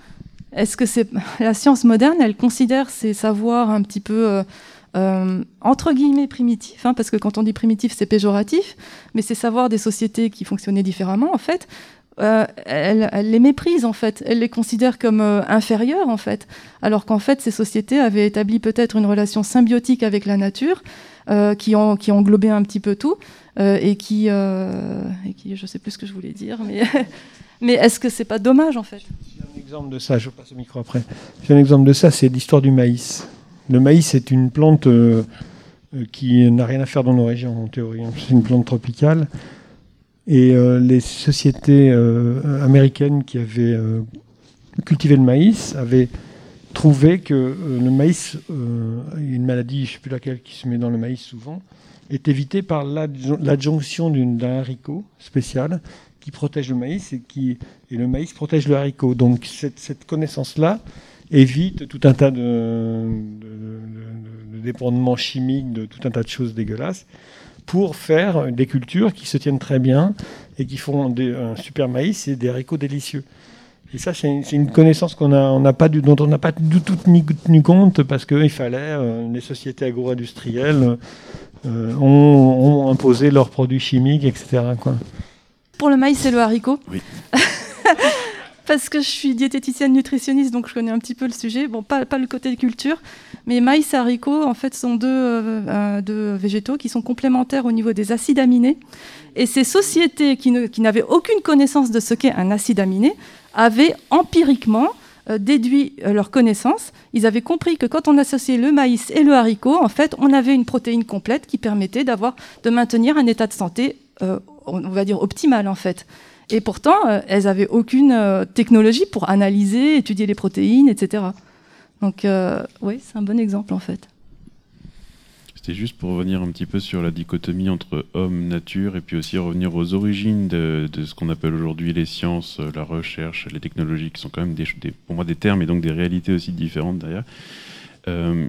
est-ce que c'est la science moderne, elle considère ces savoirs un petit peu euh, euh, entre guillemets primitifs, hein, parce que quand on dit primitif, c'est péjoratif, mais ces savoirs des sociétés qui fonctionnaient différemment, en fait, euh, elle, elle les méprise en fait, elle les considère comme euh, inférieurs en fait, alors qu'en fait ces sociétés avaient établi peut-être une relation symbiotique avec la nature, euh, qui ont qui englobait un petit peu tout, euh, et qui euh, et qui, je sais plus ce que je voulais dire, mais mais est-ce que c'est pas dommage en fait? J'ai un exemple de ça, je passe au micro après. J'ai un exemple de ça, c'est l'histoire du maïs. Le maïs est une plante euh, qui n'a rien à faire dans nos régions en théorie. C'est une plante tropicale. Et euh, les sociétés euh, américaines qui avaient euh, cultivé le maïs avaient trouvé que euh, le maïs, euh, une maladie, je ne sais plus laquelle, qui se met dans le maïs souvent, est évitée par l'adjonction d'une- d'un haricot spécial qui protège le maïs et, qui, et le maïs protège le haricot. Donc cette, cette connaissance-là évite tout un tas de, de, de, de dépendements chimiques, de tout un tas de choses dégueulasses, pour faire des cultures qui se tiennent très bien et qui font des, un super maïs et des haricots délicieux. Et ça, c'est une, c'est une connaissance qu'on a, on n'a pas du, dont on n'a pas du tout tenu, tenu compte parce qu'il fallait, euh, les sociétés agro-industrielles euh, ont, ont imposé leurs produits chimiques, et cetera, quoi. Pour le maïs et le haricot. Oui. Parce que je suis diététicienne nutritionniste, donc je connais un petit peu le sujet. Bon, pas, pas le côté culture, mais maïs et haricots, en fait, sont deux, euh, euh, deux végétaux qui sont complémentaires au niveau des acides aminés. Et ces sociétés qui, ne, qui n'avaient aucune connaissance de ce qu'est un acide aminé avaient empiriquement euh, déduit euh, leur connaissance. Ils avaient compris que quand on associait le maïs et le haricot, en fait, on avait une protéine complète qui permettait d'avoir, de maintenir un état de santé, euh, on va dire, optimal, en fait. Et pourtant, euh, elles n'avaient aucune euh, technologie pour analyser, étudier les protéines, et cetera. Donc, euh, oui, c'est un bon exemple, en fait. C'était juste pour revenir un petit peu sur la dichotomie entre homme, nature, et puis aussi revenir aux origines de, de ce qu'on appelle aujourd'hui les sciences, la recherche, les technologies, qui sont quand même des, des, pour moi des termes et donc des réalités aussi différentes derrière. Euh,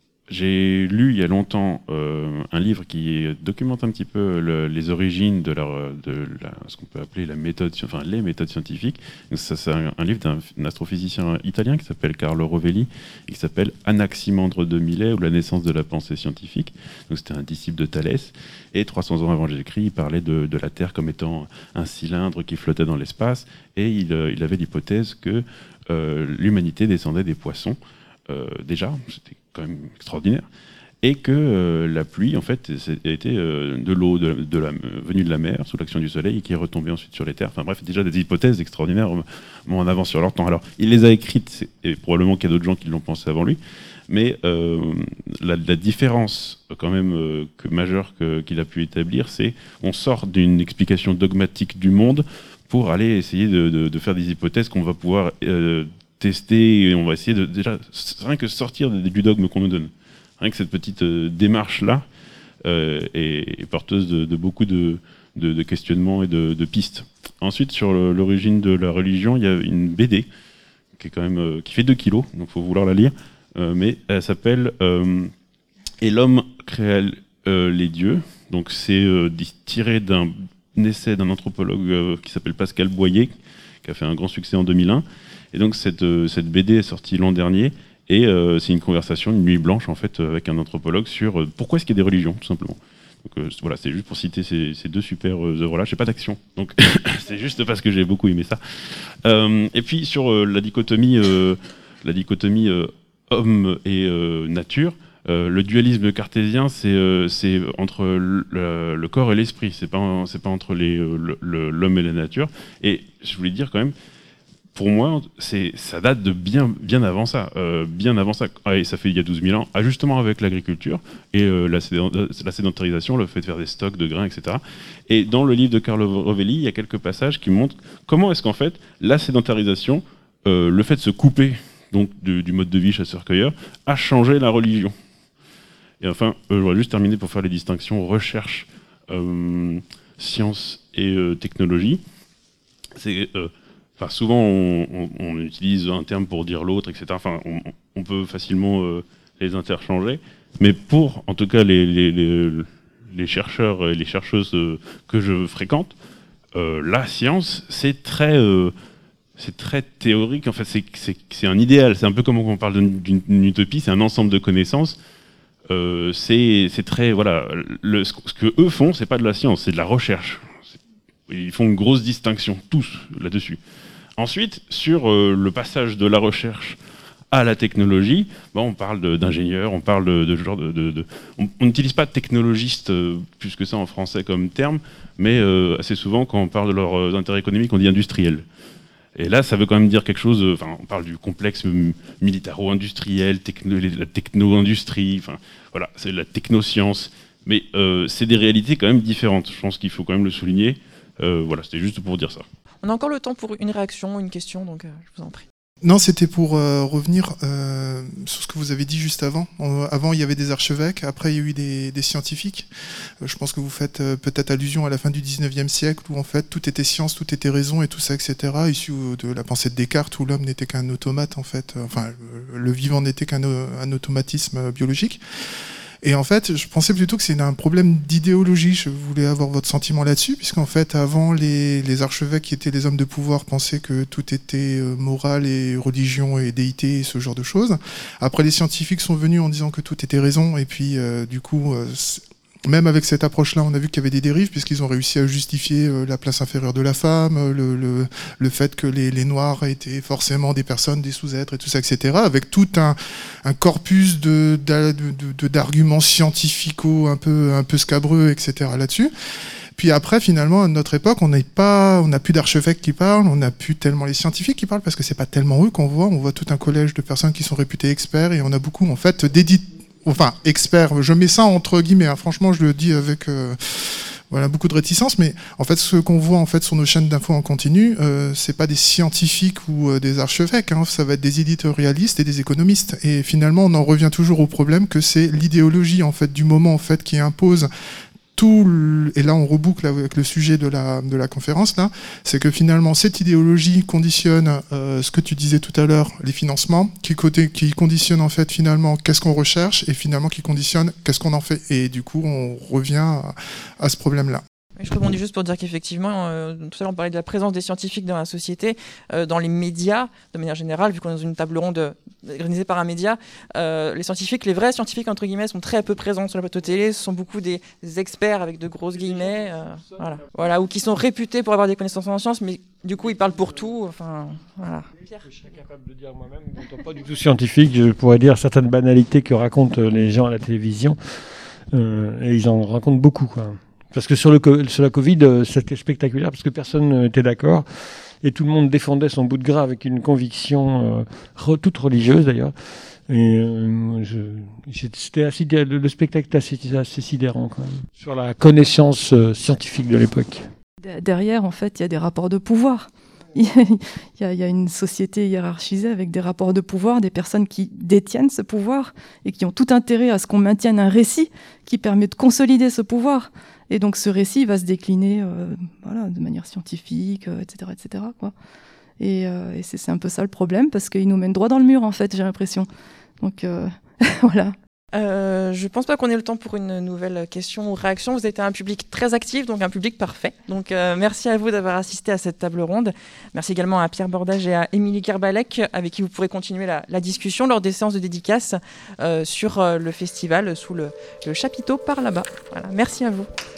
J'ai lu il y a longtemps euh, un livre qui documente un petit peu le, les origines de, la, de la, ce qu'on peut appeler la méthode, enfin les méthodes scientifiques. Donc ça, c'est un, un livre d'un astrophysicien italien qui s'appelle Carlo Rovelli et qui s'appelle Anaximandre de Milet ou la naissance de la pensée scientifique. Donc c'était un disciple de Thalès et trois cents ans avant Jésus-Christ, il parlait de, de la Terre comme étant un cylindre qui flottait dans l'espace et il, il avait l'hypothèse que euh, l'humanité descendait des poissons. Euh, déjà, c'était quand même extraordinaire, et que euh, la pluie, en fait, était euh, de l'eau de, de la, venue de la mer, sous l'action du soleil, et qui est retombée ensuite sur les terres. Enfin bref, déjà des hypothèses extraordinaires, euh, en avance sur leur temps. Alors, il les a écrites, et probablement qu'il y a d'autres gens qui l'ont pensé avant lui, mais euh, la, la différence, quand même, euh, que, majeure que, qu'il a pu établir, c'est on sort d'une explication dogmatique du monde pour aller essayer de, de, de faire des hypothèses qu'on va pouvoir... Euh, tester et on va essayer de déjà rien que sortir du dogme qu'on nous donne. Rien que cette petite euh, démarche là euh, est, est porteuse de, de beaucoup de, de, de questionnements et de, de pistes. Ensuite, sur le, l'origine de la religion, il y a une B D qui est quand même euh, qui fait deux kilos, donc faut vouloir la lire, euh, mais elle s'appelle euh, Et l'homme créa euh, les dieux. Donc c'est euh, tiré d'un essai d'un anthropologue euh, qui s'appelle Pascal Boyer, qui a fait un grand succès en deux mille un. Et donc cette, euh, cette B D est sortie l'an dernier et euh, c'est une conversation, une nuit blanche en fait, avec un anthropologue sur euh, pourquoi est-ce qu'il y a des religions, tout simplement. Donc euh, voilà, c'est juste pour citer ces, ces deux super euh, œuvres-là. Je n'ai pas d'action, donc c'est juste parce que j'ai beaucoup aimé ça. Euh, et puis sur euh, la dichotomie, euh, la dichotomie euh, homme et euh, nature, euh, le dualisme cartésien, c'est, euh, c'est entre le, le corps et l'esprit. C'est pas, c'est pas entre les, le, le, l'homme et la nature. Et je voulais dire quand même. Pour moi, c'est, ça date de bien, bien avant ça. Euh, bien avant ça. Ah, et ça fait il y a douze mille ans, justement avec l'agriculture et euh, la, sédent, la sédentarisation, le fait de faire des stocks de grains, et cetera. Et dans le livre de Carlo Rovelli, il y a quelques passages qui montrent comment est-ce qu'en fait, la sédentarisation, euh, le fait de se couper donc, du, du mode de vie chasseur-cueilleur, a changé la religion. Et enfin, euh, je voudrais juste terminer pour faire les distinctions recherche, euh, science et euh, technologie. C'est... Euh, Enfin, souvent, on, on, on utilise un terme pour dire l'autre, et cetera. Enfin, on, on peut facilement euh, les interchanger. Mais pour, en tout cas, les, les, les, les chercheurs et les chercheuses euh, que je fréquente, euh, la science, c'est très... Euh, c'est très théorique. En fait, c'est, c'est, c'est un idéal. C'est un peu comme on parle d'une, d'une utopie. C'est un ensemble de connaissances. Euh, c'est, c'est très voilà. Le, ce que eux font, c'est pas de la science, c'est de la recherche. C'est, ils font une grosse distinction tous là-dessus. Ensuite, sur euh, le passage de la recherche à la technologie, bon, on parle de, d'ingénieurs, on parle de, de genre de, de, de on n'utilise pas technologiste euh, plus que ça en français comme terme, mais euh, assez souvent quand on parle de leurs euh, intérêts économiques, on dit industriel. Et là, ça veut quand même dire quelque chose. Enfin, euh, on parle du complexe militaro-industriel, techno, la techno-industrie. Enfin, voilà, c'est la technoscience. Mais euh, c'est des réalités quand même différentes. Je pense qu'il faut quand même le souligner. Euh, voilà, c'était juste pour dire ça. On a encore le temps pour une réaction, une question, donc euh, je vous en prie. Non, c'était pour euh, revenir euh, sur ce que vous avez dit juste avant. Euh, avant, il y avait des archevêques, après, il y a eu des, des scientifiques. Euh, je pense que vous faites euh, peut-être allusion à la fin du dix-neuvième siècle, où en fait, tout était science, tout était raison et tout ça, et cetera, issu de la pensée de Descartes, où l'homme n'était qu'un automate, en fait. Enfin, le, le vivant n'était qu'un un automatisme biologique. Et en fait, je pensais plutôt que c'est un problème d'idéologie. Je voulais avoir votre sentiment là-dessus, puisqu'en fait, avant, les, les archevêques qui étaient les hommes de pouvoir pensaient que tout était euh, moral et religion et déité et ce genre de choses. Après, les scientifiques sont venus en disant que tout était raison, et puis euh, du coup, euh, même avec cette approche-là, on a vu qu'il y avait des dérives, puisqu'ils ont réussi à justifier euh, la place inférieure de la femme, le, le, le fait que les, les Noirs étaient forcément des personnes, des sous-êtres et tout ça, et cetera, avec tout un, un corpus de, de, de, de, d'arguments scientificaux un peu, un peu scabreux, et cetera là-dessus. Puis après, finalement, à notre époque, on n'est pas, on n'a plus d'archevêques qui parlent, on n'a plus tellement les scientifiques qui parlent, parce que c'est pas tellement eux qu'on voit. On voit tout un collège de personnes qui sont réputées experts, et on a beaucoup, en fait, d'éditeurs. Enfin, expert, je mets ça entre guillemets, hein. Franchement, je le dis avec euh, voilà, beaucoup de réticence, mais en fait, ce qu'on voit en fait sur nos chaînes d'infos en continu, euh, c'est pas des scientifiques ou euh, des archevêques, hein. Ça va être des éditorialistes et des économistes. Et finalement, on en revient toujours au problème que c'est l'idéologie en fait du moment en fait qui impose tout. Le... Et là, on reboucle avec le sujet de la de la conférence là, c'est que finalement cette idéologie conditionne euh, ce que tu disais tout à l'heure, les financements, qui côté qui conditionne en fait finalement qu'est-ce qu'on recherche et finalement qui conditionne qu'est-ce qu'on en fait. Et du coup, on revient à, à ce problème là. Je rebondis juste pour dire qu'effectivement, euh, tout à l'heure on parlait de la présence des scientifiques dans la société, euh, dans les médias, de manière générale, vu qu'on est dans une table ronde organisée par un média, euh, les scientifiques, les vrais scientifiques entre guillemets, sont très peu présents sur la plateau télé, ce sont beaucoup des, des experts avec de grosses guillemets, euh, voilà. Voilà, ou qui sont réputés pour avoir des connaissances en sciences, mais du coup ils parlent pour tout, enfin, voilà. Pierre. Je serais capable de dire moi-même, n'étant pas du tout scientifique, je pourrais dire certaines banalités que racontent les gens à la télévision, euh, et ils en racontent beaucoup, quoi. Parce que sur, le, sur la Covid, c'était spectaculaire parce que personne n'était d'accord et tout le monde défendait son bout de gras avec une conviction euh, re, toute religieuse d'ailleurs. Et euh, je, c'était assez, le spectacle était assez, assez sidérant quand même, sur la connaissance euh, scientifique de l'époque. Derrière, en fait, il y a des rapports de pouvoir. Il y, a, il y a une société hiérarchisée avec des rapports de pouvoir, des personnes qui détiennent ce pouvoir et qui ont tout intérêt à ce qu'on maintienne un récit qui permet de consolider ce pouvoir. Et donc ce récit va se décliner euh, voilà, de manière scientifique, euh, et cetera, et cetera, quoi. Et, euh, et c'est, c'est un peu ça le problème, parce qu'il nous mène droit dans le mur, en fait, j'ai l'impression. Donc euh, voilà. Euh, je pense pas qu'on ait le temps pour une nouvelle question ou réaction. Vous êtes un public très actif, donc un public parfait. Donc euh, merci à vous d'avoir assisté à cette table ronde. Merci également à Pierre Bordage et à Émilie Kerbalek, avec qui vous pourrez continuer la, la discussion lors des séances de dédicace euh, sur euh, le festival sous le, le chapiteau par là-bas. Voilà, merci à vous.